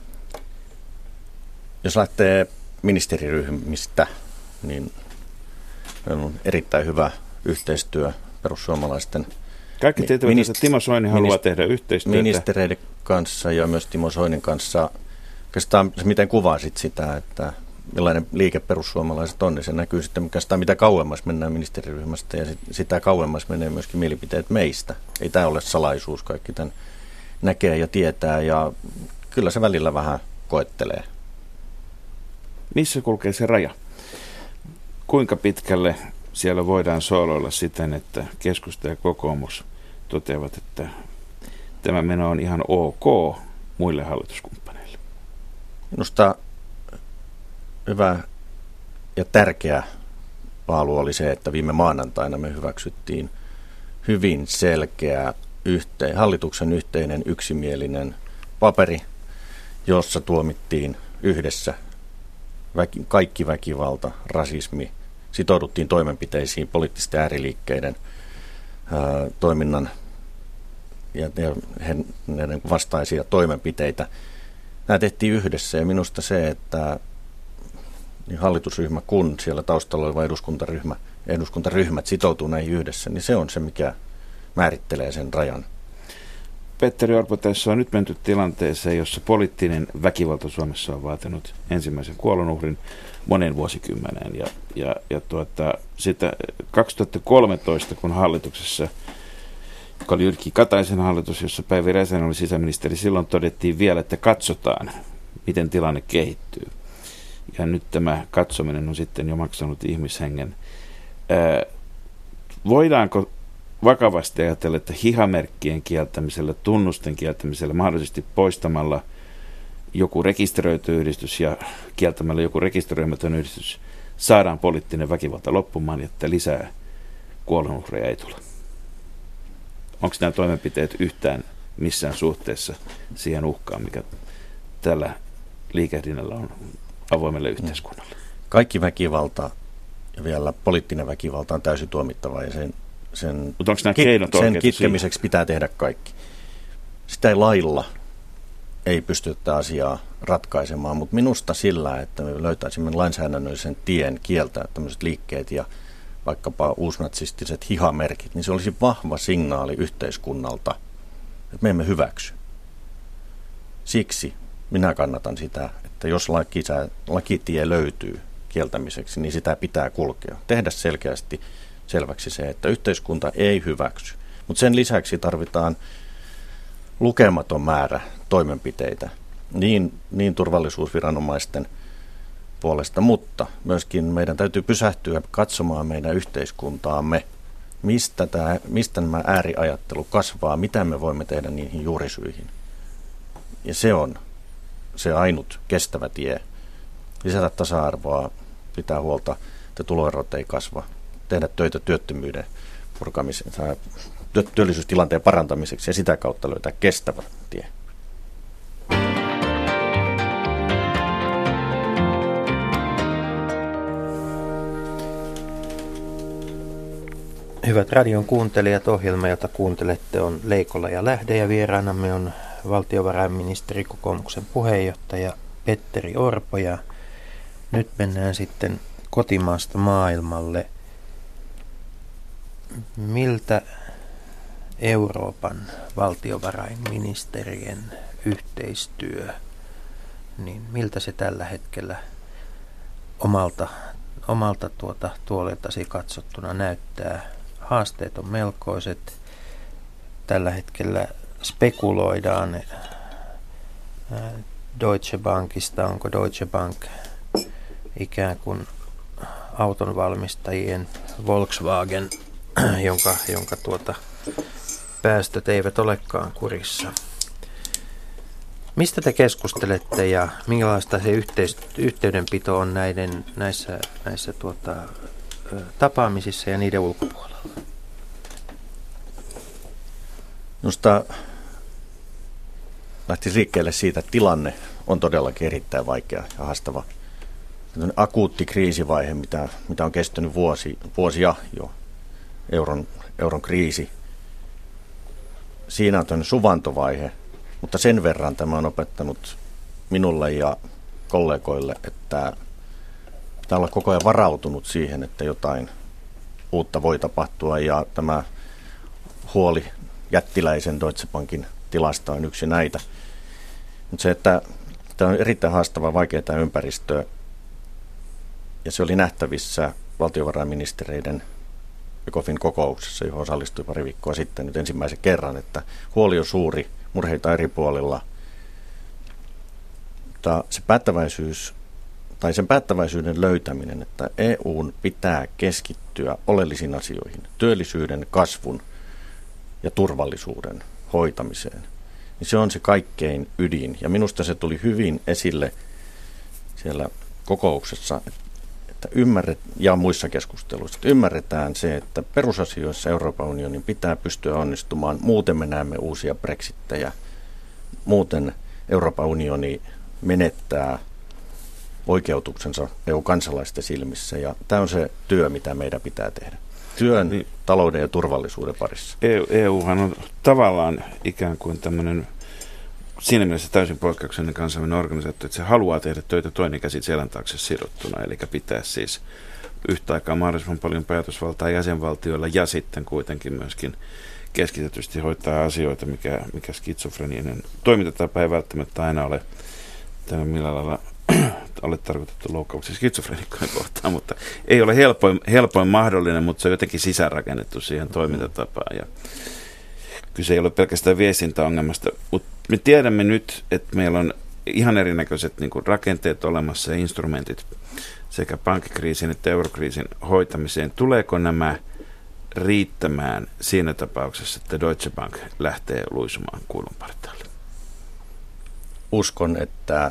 Jos lähtee ministeriryhmistä, niin on erittäin hyvä yhteistyö perussuomalaisten. Kaikki tietävät, että Timo Soini haluaa tehdä yhteistyötä ministereiden kanssa ja myös Timo Soinin kanssa. Oikeastaan miten kuvasit sitä, että millainen liike perussuomalaiset on, niin se näkyy sitten oikeastaan mitä kauemmas mennään ministeriryhmästä ja sitä kauemmas menee myöskin mielipiteet meistä. Ei tämä ole salaisuus, kaikki tämän näkee ja tietää ja kyllä se välillä vähän koettelee. Missä kulkee se raja? Kuinka pitkälle siellä voidaan sooloilla siten, että keskusta ja kokoomus toteavat, että tämä meno on ihan ok muille hallituskumppaneille? Minusta hyvä ja tärkeä paalu oli se, että viime maanantaina me hyväksyttiin hyvin selkeä hallituksen yhteinen yksimielinen paperi, jossa tuomittiin yhdessä kaikki väkivalta, rasismi, sitouduttiin toimenpiteisiin, poliittisten ääriliikkeiden toiminnan ja heidän vastaisia toimenpiteitä. Nämä tehtiin yhdessä ja minusta se, että niin hallitusryhmä kun siellä taustalla oleva eduskuntaryhmät sitoutuu näihin yhdessä, niin se on se, mikä määrittelee sen rajan. Petteri Orpo, tässä on nyt menty tilanteeseen, jossa poliittinen väkivalta Suomessa on vaatinut ensimmäisen kuolonuhrin monen vuosikymmeneen. Sitä 2013, kun hallituksessa, joka oli Jyrki Kataisen hallitus, jossa Päivi Räsänen oli sisäministeri, silloin todettiin vielä, että katsotaan, miten tilanne kehittyy. Ja nyt tämä katsominen on sitten jo maksanut ihmishengen. Voidaanko vakavasti ajatella, että hihamerkkien kieltämisellä, tunnusten kieltämisellä, mahdollisesti poistamalla joku rekisteröity yhdistys ja kieltämällä joku rekisteröimätön yhdistys, saadaan poliittinen väkivalta loppumaan, että lisää kuolonuhreja ei tule? Onko nämä toimenpiteet yhtään missään suhteessa siihen uhkaan, mikä tällä liikehdinnällä on avoimelle yhteiskunnalle? Kaikki väkivalta ja vielä poliittinen väkivalta on täysin tuomittava ja sen kitkemiseksi pitää tehdä kaikki. Sitä ei lailla ei pysty tätä asiaa ratkaisemaan, mutta minusta sillä, että me löytäisimme lainsäädännöllisen tien kieltää tämmöiset liikkeet ja vaikkapa uusnatsistiset hihamerkit, niin se olisi vahva signaali yhteiskunnalta, että me emme hyväksy. Siksi minä kannatan sitä, että jos lakitie löytyy kieltämiseksi, niin sitä pitää kulkea. Tehdä selkeästi selväksi se, että yhteiskunta ei hyväksy. Mutta sen lisäksi tarvitaan lukematon määrä toimenpiteitä niin turvallisuusviranomaisten puolesta, mutta myöskin meidän täytyy pysähtyä katsomaan meidän yhteiskuntaamme, mistä nämä ääriajattelu kasvaa, mitä me voimme tehdä niihin juurisyihin. Ja se on se ainut kestävä tie. Lisätä tasa-arvoa, pitää huolta, että tuloerot ei kasva, tehdä töitä työttömyyden purkamiseksi, työllisyystilanteen parantamiseksi ja sitä kautta löytää kestävä tie. Hyvät radion kuuntelijat, ohjelma, jota kuuntelette, on Leikola ja Lähde ja vieraanamme on valtiovarainministeri, kokoomuksen puheenjohtaja Petteri Orpo ja nyt mennään sitten kotimaasta maailmalle. Miltä Euroopan valtiovarainministerien yhteistyö, niin miltä se tällä hetkellä omalta tuoleltasi katsottuna näyttää? Haasteet on melkoiset. Tällä hetkellä spekuloidaan Deutsche Bankista, onko Deutsche Bank ikään kuin autonvalmistajien Volkswagen, jonka päästöt eivät olekaan kurissa. Mistä te keskustelette ja minkälaista se yhteydenpito on näissä tapaamisissa ja niiden ulkopuolella? Minusta lähtisi liikkeelle siitä, että tilanne on todellakin erittäin vaikea ja haastava. Akuutti kriisivaihe, mitä on kestänyt vuosia jo, euron kriisi. Siinä on toinen suvantovaihe, mutta sen verran tämä on opettanut minulle ja kollegoille, että pitää olla koko ajan varautunut siihen, että jotain uutta voi tapahtua, ja tämä huoli jättiläisen Deutsche Bankin tilasta on yksi näitä. Mutta se, että tämä on erittäin haastava, vaikea tämä ympäristö, ja se oli nähtävissä valtiovarainministereiden ECOFIN kokouksessa, johon osallistui pari viikkoa sitten nyt ensimmäisen kerran, että huoli on suuri, murheita eri puolilla, mutta se päättäväisyys tai sen päättäväisyyden löytäminen, että EUn pitää keskittyä oleellisiin asioihin, työllisyyden, kasvun ja turvallisuuden hoitamiseen, niin se on se kaikkein ydin. Ja minusta se tuli hyvin esille siellä kokouksessa, ja muissa keskusteluissa, että ymmärretään se, että perusasioissa Euroopan unionin pitää pystyä onnistumaan, muuten me näemme uusia brexittejä, muuten Euroopan unioni menettää oikeutuksensa EU-kansalaisten silmissä, ja tämä on se työ, mitä meidän pitää tehdä. Työn, talouden ja turvallisuuden parissa. EUhan on tavallaan ikään kuin tämmöinen siinä mielessä täysin poikkeuksellinen kansainvälinen organisaatio, että se haluaa tehdä töitä toinen käsi selän taakse sidottuna, eli pitää siis yhtä aikaa mahdollisimman paljon päätösvaltaa jäsenvaltioilla ja sitten kuitenkin myöskin keskitetysti hoitaa asioita, mikä skitsofreninen toimintatapa ei välttämättä aina ole millä lailla ole tarkoitettu loukkauksia skitsofrenikkojen kohtaan, mutta ei ole helpoin mahdollinen, mutta se on jotenkin sisäänrakennettu siihen toimintatapaan. Ja kyse ei ole pelkästään viestintäongelmasta, mutta me tiedämme nyt, että meillä on ihan erinäköiset niin kuin rakenteet olemassa ja instrumentit sekä pankkikriisin että eurokriisin hoitamiseen. Tuleeko nämä riittämään siinä tapauksessa, että Deutsche Bank lähtee luisumaan kuilun partaalle? Uskon, että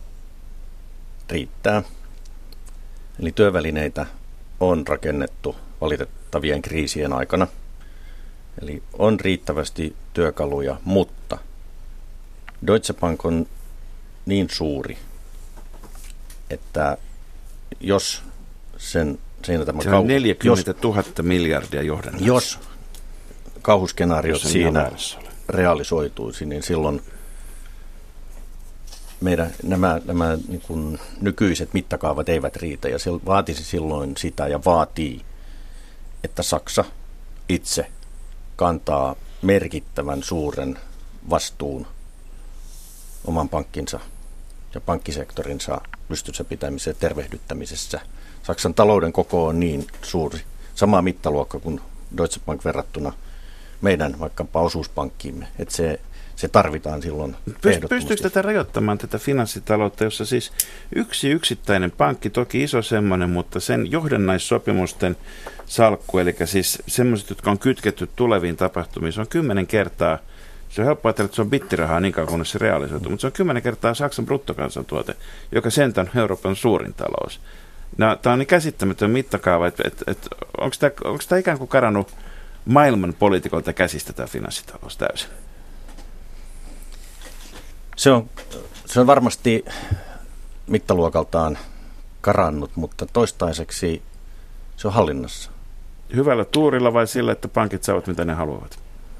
riittää. Eli työvälineitä on rakennettu valitettavien kriisien aikana. Eli on riittävästi työkaluja, mutta Deutsche Bank on niin suuri, että jos siinä tämä se on 40 000 miljardia johdannaista. Jos kauhuskenaariot siinä realisoituisi, niin silloin nämä niin kuin nykyiset mittakaavat eivät riitä, ja se vaatisi silloin sitä ja vaatii, että Saksa itse kantaa merkittävän suuren vastuun oman pankkinsa ja pankkisektorinsa pystyssä pitämisessä ja tervehdyttämisessä. Saksan talouden koko on niin suuri, sama mittaluokka kuin Deutsche Bank verrattuna meidän vaikkapa osuuspankkiimme, että se tarvitaan silloin ehdottomasti. Pystyykö tätä rajoittamaan, tätä finanssitaloutta, jossa siis yksi yksittäinen pankki, toki iso semmoinen, mutta sen johdannaissopimusten salkku, eli siis semmoiset, jotka on kytketty tuleviin tapahtumiin, se on 10 kertaa, se on helppo ajatella, että se on bittirahaa niin kauan, kunnes se realisoituu, mutta se on 10 kertaa Saksan bruttokansantuote, joka sentään on Euroopan suurin talous. No, tämä on niin käsittämätön mittakaava, että onko tämä ikään kuin karannut maailman poliitikolta käsistä tämä finanssitalous täysin? Se on varmasti mittaluokaltaan karannut, mutta toistaiseksi se on hallinnassa. Hyvällä tuurilla vai sillä, että pankit saavat mitä ne haluavat?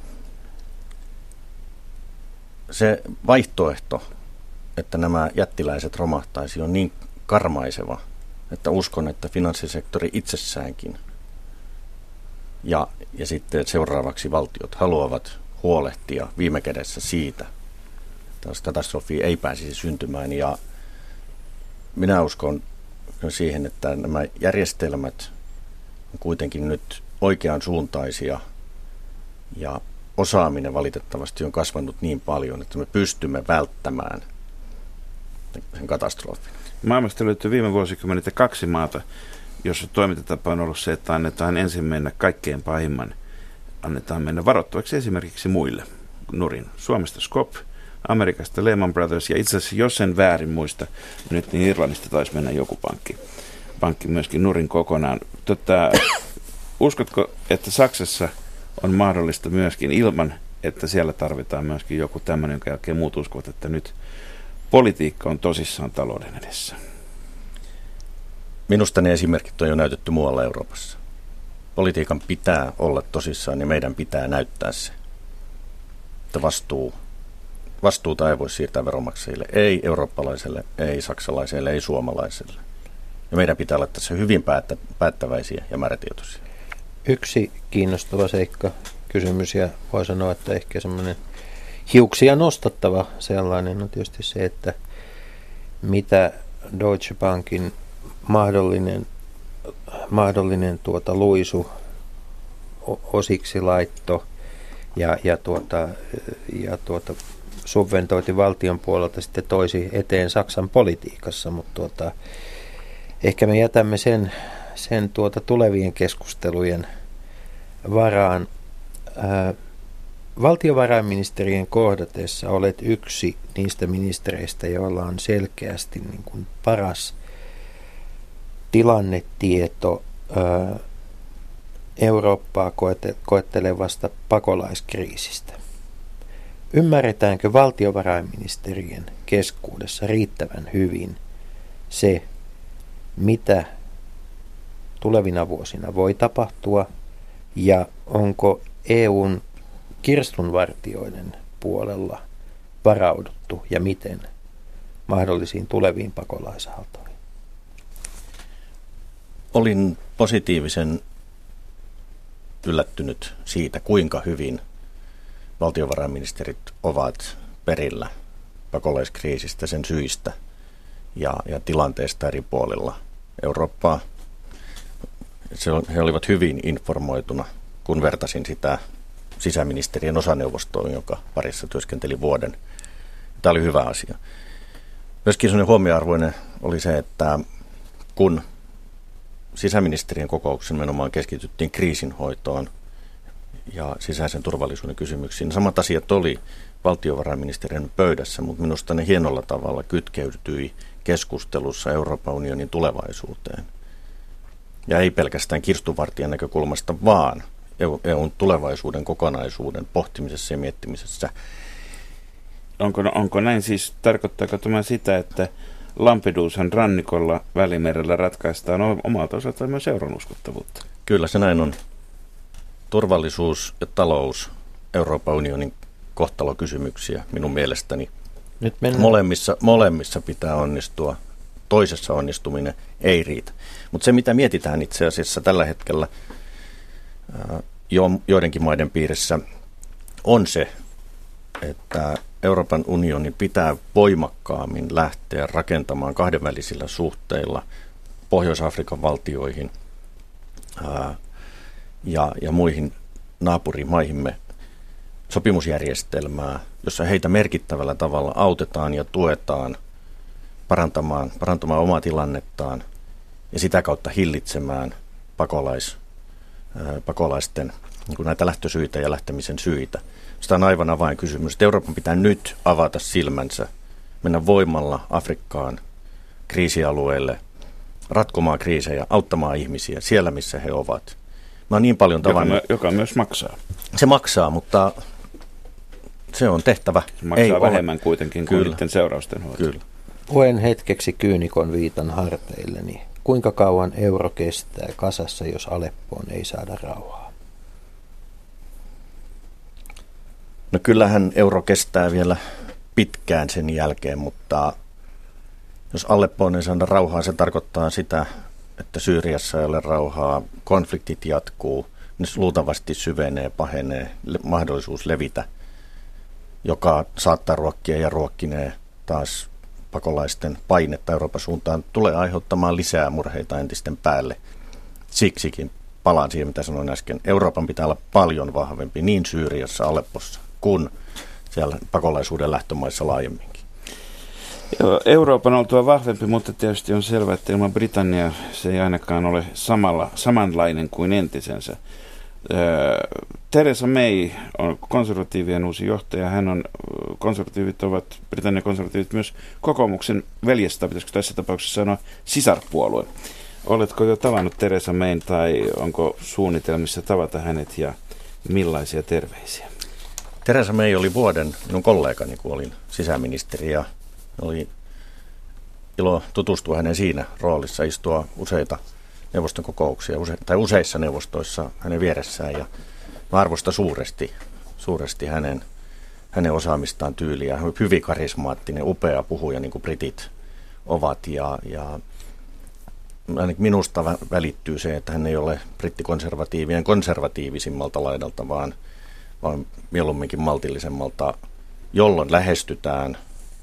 Se vaihtoehto, että nämä jättiläiset romahtaisi, on niin karmaiseva, että uskon, että finanssisektori itsessäänkin ja sitten seuraavaksi valtiot haluavat huolehtia viime kädessä siitä, että katastrofia ei pääsisi syntymään. Ja minä uskon siihen, että nämä järjestelmät on kuitenkin nyt oikean suuntaisia ja osaaminen valitettavasti on kasvanut niin paljon, että me pystymme välttämään sen katastrofin. Maailmasta löytyy viime vuosikymmenet 2 maata, jossa toimintatapa on ollut se, että annetaan ensin mennä kaikkein pahimman, annetaan mennä varoittavaksi esimerkiksi muille nurin. Suomesta Skop, Amerikasta Lehman Brothers ja itse asiassa, jos en väärin muista, nyt niin Irlannista taisi mennä joku pankki myöskin nurin kokonaan. Uskotko, että Saksassa on mahdollista myöskin ilman, että siellä tarvitaan myöskin joku tämmöinen, jonka jälkeen muut uskovat, että nyt politiikka on tosissaan talouden edessä? Minusta ne esimerkit on jo näytetty muualla Euroopassa. Politiikan pitää olla tosissaan ja meidän pitää näyttää se, että vastuuta ei voi siirtää veronmaksajille, ei eurooppalaiselle, ei saksalaiselle, ei suomalaiselle. Ja meidän pitää olla tässä hyvin päättäväisiä ja määrätietoisia. Yksi kiinnostava seikka, kysymys, ja voi sanoa, että ehkä semmoinen hiuksia nostattava sellainen on tietysti se, että mitä Deutsche Bankin mahdollinen luisu osiksi laitto ja subventoiti valtion puolelta sitten toisi eteen Saksan politiikassa, mutta ehkä me jätämme sen tulevien keskustelujen varaan. Valtiovarainministerien kohdatessa olet yksi niistä ministereistä, joilla on selkeästi niin kuin paras tilannetieto Eurooppaa koettelevasta pakolaiskriisistä. Ymmärretäänkö valtiovarainministerien keskuudessa riittävän hyvin se, mitä tulevina vuosina voi tapahtua, ja onko EUn kirstunvartijoiden puolella varauduttu ja miten mahdollisiin tuleviin pakolaisaaltoihin? Olin positiivisen yllättynyt siitä, kuinka hyvin valtiovarainministerit ovat perillä pakolaiskriisistä, sen syistä ja tilanteesta eri puolilla Eurooppaa. He olivat hyvin informoituna, kun vertasin sitä sisäministerien osaneuvostoon, joka parissa työskenteli vuoden. Tämä oli hyvä asia. Myöskin sellainen huomioarvoinen oli se, että kun sisäministerien kokouksen menomaan keskityttiin kriisinhoitoon ja sisäisen turvallisuuden kysymyksiin, samat asiat oli valtiovarainministeriön pöydässä, mutta minusta ne hienolla tavalla kytkeytyi keskustelussa Euroopan unionin tulevaisuuteen. Ja ei pelkästään kirstunvartijan näkökulmasta, vaan EUn tulevaisuuden kokonaisuuden pohtimisessa ja miettimisessä. Onko näin siis, tarkoittaako tämä sitä, että Lampedusan rannikolla Välimerellä ratkaistaan omalta osaltaan myös euron uskottavuutta? Kyllä se näin on. Turvallisuus ja talous Euroopan unionin kohtalokysymyksiä minun mielestäni Nyt molemmissa pitää onnistua. Toisessa onnistuminen ei riitä. Mutta se, mitä mietitään itse asiassa tällä hetkellä joidenkin maiden piirissä, on se, että Euroopan unionin pitää voimakkaammin lähteä rakentamaan kahdenvälisillä suhteilla Pohjois-Afrikan valtioihin ja muihin naapurimaihimme sopimusjärjestelmää, jossa heitä merkittävällä tavalla autetaan ja tuetaan parantamaan omaa tilannettaan ja sitä kautta hillitsemään pakolaisten niin kuin näitä lähtösyitä ja lähtemisen syitä. Sitä on aivan avainkysymys. Euroopan pitää nyt avata silmänsä, mennä voimalla Afrikkaan, kriisialueelle, ratkomaan kriisejä, auttamaan ihmisiä siellä, missä he ovat. Mä oon niin paljon tavannut. Joka myös maksaa. Se maksaa, mutta se on tehtävä. Se maksaa vähemmän kuitenkin kuin niiden seurausten hoito. Kyllä. Luen hetkeksi kyynikon viitan harteilleni. Kuinka kauan euro kestää kasassa, jos Aleppoon ei saada rauhaa? No kyllähän euro kestää vielä pitkään sen jälkeen, mutta jos Aleppoon ei saada rauhaa, se tarkoittaa sitä, että Syyriassa ei ole rauhaa, konfliktit jatkuu, ne luultavasti syvenee, pahenee, mahdollisuus levitä, joka saattaa ruokkia ja ruokkinee taas pakolaisten painetta Euroopan suuntaan, tulee aiheuttamaan lisää murheita entisten päälle. Siksikin palaan siihen, mitä sanoin äsken. Euroopan pitää olla paljon vahvempi niin Syyriassa, Aleppossa kuin siellä pakolaisuuden lähtömaissa laajemminkin. Joo, Euroopan on oltava vahvempi, mutta tietysti on selvää, että ilman Britannia se ei ainakaan ole samanlainen kuin entisensä. Theresa May on konservatiivien uusi johtaja. Britannian konservatiivit myös kokoomuksen veljestä, pitäisikö tässä tapauksessa sanoa sisarpuolue. Oletko jo tavannut Theresa Mayn tai onko suunnitelmissa tavata hänet ja millaisia terveisiä? Theresa May oli vuoden minun kollegani, kun olin sisäministeri, ja oli ilo tutustua hänen siinä roolissa, istua useita neuvoston kokouksia, useissa neuvostoissa hänen vieressään, ja mä arvostan suuresti hänen osaamistaan, tyyliä. Hän on hyvin karismaattinen, upea puhuja, niin kuin britit ovat, ja ainakin minusta välittyy se, että hän ei ole brittikonservatiivien konservatiivisimmalta laidalta, vaan mieluumminkin maltillisemmalta, jolloin lähestytään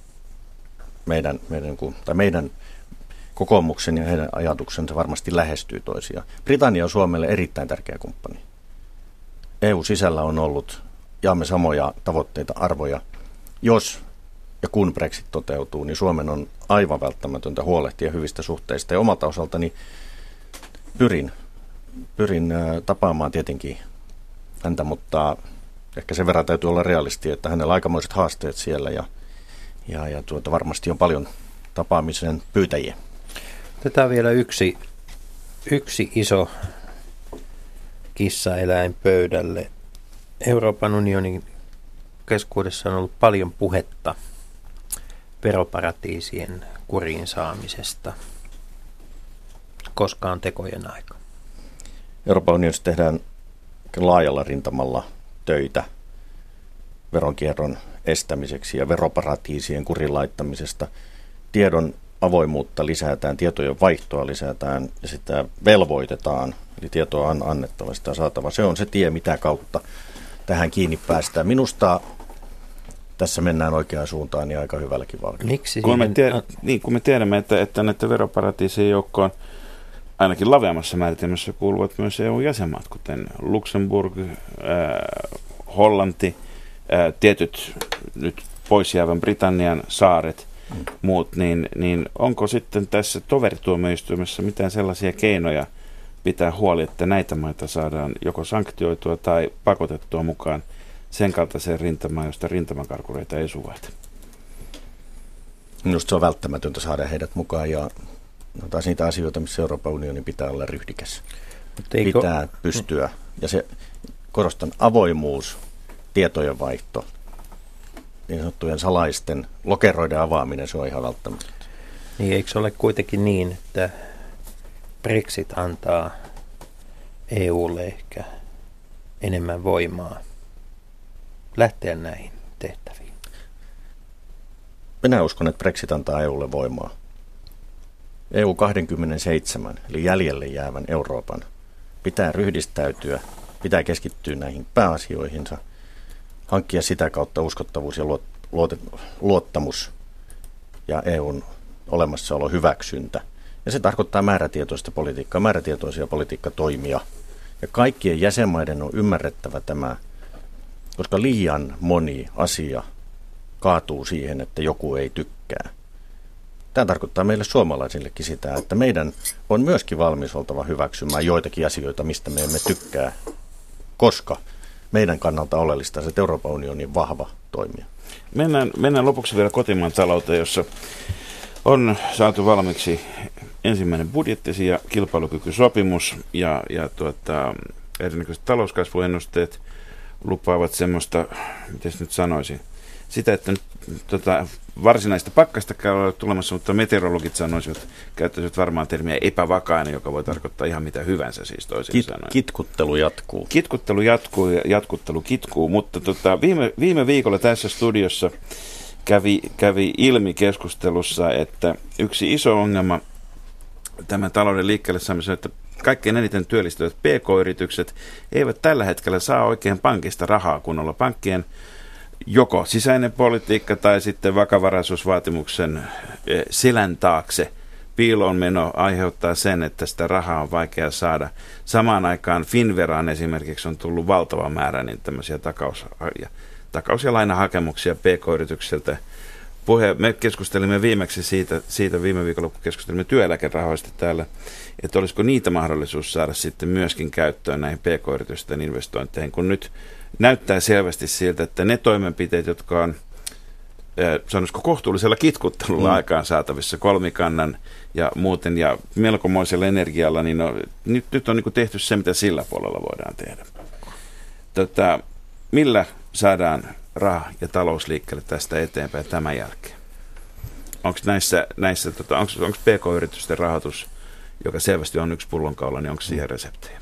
meidän kokoomuksen ja heidän ajatuksensa varmasti lähestyy toisiaan. Britannia on Suomelle erittäin tärkeä kumppani. EU-sisällä on ollut, jaamme samoja tavoitteita, arvoja. Jos ja kun Brexit toteutuu, niin Suomen on aivan välttämätöntä huolehtia hyvistä suhteista. Ja omalta osaltani pyrin tapaamaan tietenkin häntä, mutta ehkä sen verran täytyy olla realisti, että hänellä on aikamoiset haasteet siellä ja varmasti on paljon tapaamisen pyytäjiä. Otetaan vielä yksi iso kissaeläin pöydälle. Euroopan unionin keskuudessa on ollut paljon puhetta veroparatiisien kuriin saamisesta. Koska on tekojen aika? Euroopan unionissa tehdään laajalla rintamalla töitä veronkierron estämiseksi ja veroparatiisien kurin laittamisesta. Tiedon avoimuutta lisätään, tietojen vaihtoa lisätään ja sitä velvoitetaan. Eli tietoa on annettava, sitä saatava. Se on se tie, mitä kautta tähän kiinni päästään. Minusta tässä mennään oikeaan suuntaan ja aika hyvälläkin vauhdilla. Miksi? Kun me tiedämme, että näiden veroparatiisien joukkoon ainakin laveammassa määritelmässä kuuluvat myös EU-jäsenmaat, kuten Luxemburg, Hollanti, tietyt nyt pois jäävän Britannian saaret, muut, niin onko sitten tässä toverituomioistuimessa mitään sellaisia keinoja pitää huoli, että näitä maita saadaan joko sanktioitua tai pakotettua mukaan sen kaltaiseen rintamaan, josta rintamakarkureita ei suvaita? Minusta se on välttämätöntä saada heidät mukaan ja taas niitä asioita, missä Euroopan unionin pitää olla ryhdikäs. Pitää pystyä. Ja se, korostan, avoimuus, tietojenvaihto, niin sanottujen salaisten lokeroiden avaaminen, se on ihan välttämätöntä. Niin, eikö se ole kuitenkin niin, että Brexit antaa EUlle ehkä enemmän voimaa lähteä näihin tehtäviin? minä uskon, että Brexit antaa EUlle voimaa. EU 27, eli jäljelle jäävän Euroopan, pitää ryhdistäytyä, pitää keskittyä näihin pääasioihinsa, hankkia sitä kautta uskottavuus ja luottamus ja EUn olemassaolo hyväksyntä. Ja se tarkoittaa määrätietoista politiikkaa, määrätietoisia politiikkatoimia. Ja kaikkien jäsenmaiden on ymmärrettävä tämä, koska liian moni asia kaatuu siihen, että joku ei tykkää. Tämä tarkoittaa meille suomalaisillekin sitä, että meidän on myöskin valmis oltava hyväksymään joitakin asioita, mistä me emme tykkää, koska meidän kannalta oleellista se Euroopan unionin vahva toimija. Mennään lopuksi vielä kotimaan talouteen, jossa on saatu valmiiksi ensimmäinen budjettisi ja kilpailukykysopimus ja erinäköiset talouskasvuennusteet lupaavat semmoista, miten nyt sanoisin, sitä, että nyt varsinaista pakkasta käy tulemassa, mutta meteorologit sanoisivat, käyttäisivät varmaan termiä epävakainen, joka voi tarkoittaa ihan mitä hyvänsä siis toisin sanoen. Kitkuttelu jatkuu. Kitkuttelu jatkuu ja jatkuttelu kitkuu, mutta viime viikolla tässä studiossa kävi ilmi keskustelussa, että yksi iso ongelma tämän talouden liikkeelle saamisen, että kaikkein eniten työllistyvät PK-yritykset eivät tällä hetkellä saa oikein pankista rahaa kunnolla. Pankkien joko sisäinen politiikka tai sitten vakavaraisuusvaatimuksen selän taakse piiloonmeno aiheuttaa sen, että sitä rahaa on vaikea saada. Samaan aikaan Finnveraan esimerkiksi on tullut valtava määrä niin tämmöisiä takaus- ja lainahakemuksia PK-yrityksiltä. Me keskustelimme viimeksi siitä viime viikolla, kun keskustelimme työeläkerahoista täällä, että olisiko niitä mahdollisuus saada sitten myöskin käyttöön näihin PK-yritysten investointeihin, kun nyt näyttää selvästi siltä, että ne toimenpiteet, jotka on sanoisiko kohtuullisella kitkuttelulla aikaan saatavissa kolmikannan ja muuten ja melkomoisella energialla, niin nyt on niin kuin tehty se, mitä sillä puolella voidaan tehdä. Millä saadaan raha- ja talousliikkeelle tästä eteenpäin tämän jälkeen? Onko onko PK-yritysten rahoitus, joka selvästi on yksi pullonkaula, niin onko siihen reseptejä?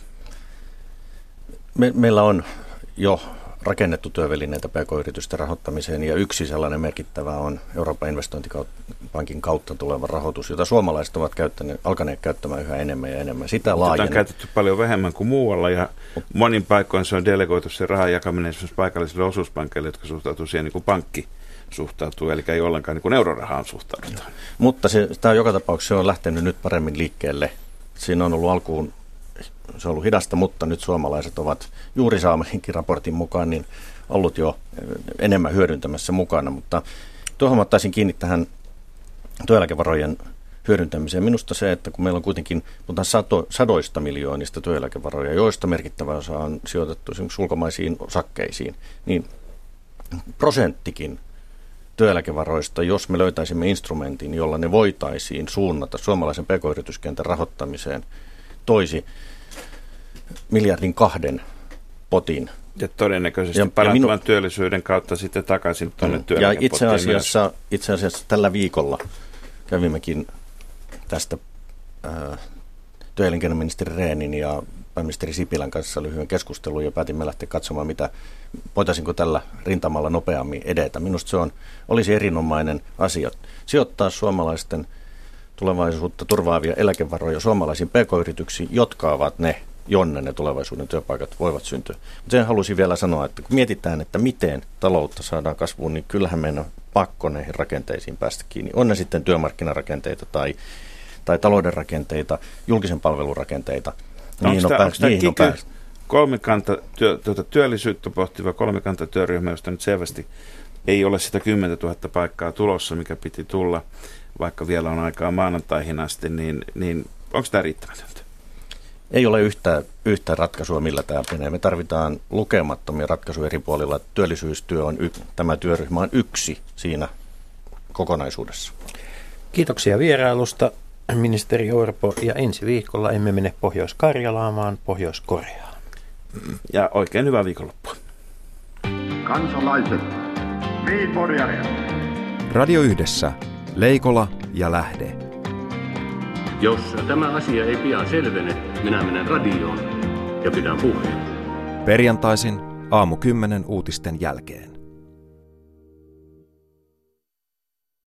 Meillä on jo rakennettu työvälineitä PK-yritysten rahoittamiseen, ja yksi sellainen merkittävä on Euroopan investointipankin kautta tuleva rahoitus, jota suomalaiset ovat alkaneet käyttämään yhä enemmän ja enemmän. Sitä on käytetty paljon vähemmän kuin muualla, ja monin paikoin se on delegoitu se rahan jakaminen esimerkiksi paikallisille osuuspankkeille, jotka suhtautuu siihen niin kuin pankki suhtautuu, eli ei ollenkaan niin kuin eurorahaan suhtaudutaan. Mutta tämä joka tapauksessa on lähtenyt nyt paremmin liikkeelle. Siinä on ollut alkuun, se on ollut hidasta, mutta nyt suomalaiset ovat juuri saamaankin raportin mukaan niin ollut jo enemmän hyödyntämässä mukana. Mutta tuohon ottaisin kiinni tähän työeläkevarojen hyödyntämiseen. Minusta se, että kun meillä on kuitenkin sadoista miljoonista työeläkevaroja, joista merkittävä osa on sijoitettu esimerkiksi ulkomaisiin osakkeisiin, niin prosenttikin työeläkevaroista, jos me löytäisimme instrumentin, jolla ne voitaisiin suunnata suomalaisen pk-yrityskentän rahoittamiseen, toisi 1,2 miljardin potin. Ja todennäköisesti parantuvan työllisyyden kautta sitten takaisin tuonne työeläkepottiin. Ja itse asiassa tällä viikolla kävimmekin tästä työ- ja elinkeinoministeri Rehnin ja pääministeri Sipilän kanssa lyhyen keskustelun ja päätimme lähteä katsomaan, voitaisiinko tällä rintamalla nopeammin edetä. Minusta se olisi erinomainen asia. Sijoittaa suomalaisten tulevaisuutta turvaavia eläkevaroja suomalaisiin pk-yrityksiin, jotka ovat ne, jonne ne tulevaisuuden työpaikat voivat syntyä. Mutta sen haluaisin vielä sanoa, että kun mietitään, että miten taloutta saadaan kasvuun, niin kyllähän meidän on pakko näihin rakenteisiin päästä kiinni. On ne sitten työmarkkinarakenteita tai talouden rakenteita, julkisen palvelun rakenteita. Työllisyyttä pohtiva kolmikantatyöryhmä, josta nyt selvästi ei ole sitä 10 000 paikkaa tulossa, mikä piti tulla, vaikka vielä on aikaa maanantaihin asti, niin onko tämä riittämätöntä? Ei ole yhtä ratkaisua, millä tämä menee. Me tarvitaan lukemattomia ratkaisuja eri puolilla. Työllisyystyö on tämä työryhmä on yksi siinä kokonaisuudessa. Kiitoksia vierailusta, ministeri Orpo. Ja ensi viikolla emme mene Pohjois-Karjalaan, vaan Pohjois-Koreaan. Ja oikein hyvää viikonloppua. Kansalaiset, Radio Yhdessä, Leikola ja Lähde. Jos tämä asia ei pian selvene, minä menen radioon ja pidän puheen. Perjantaisin 10:00 uutisten jälkeen.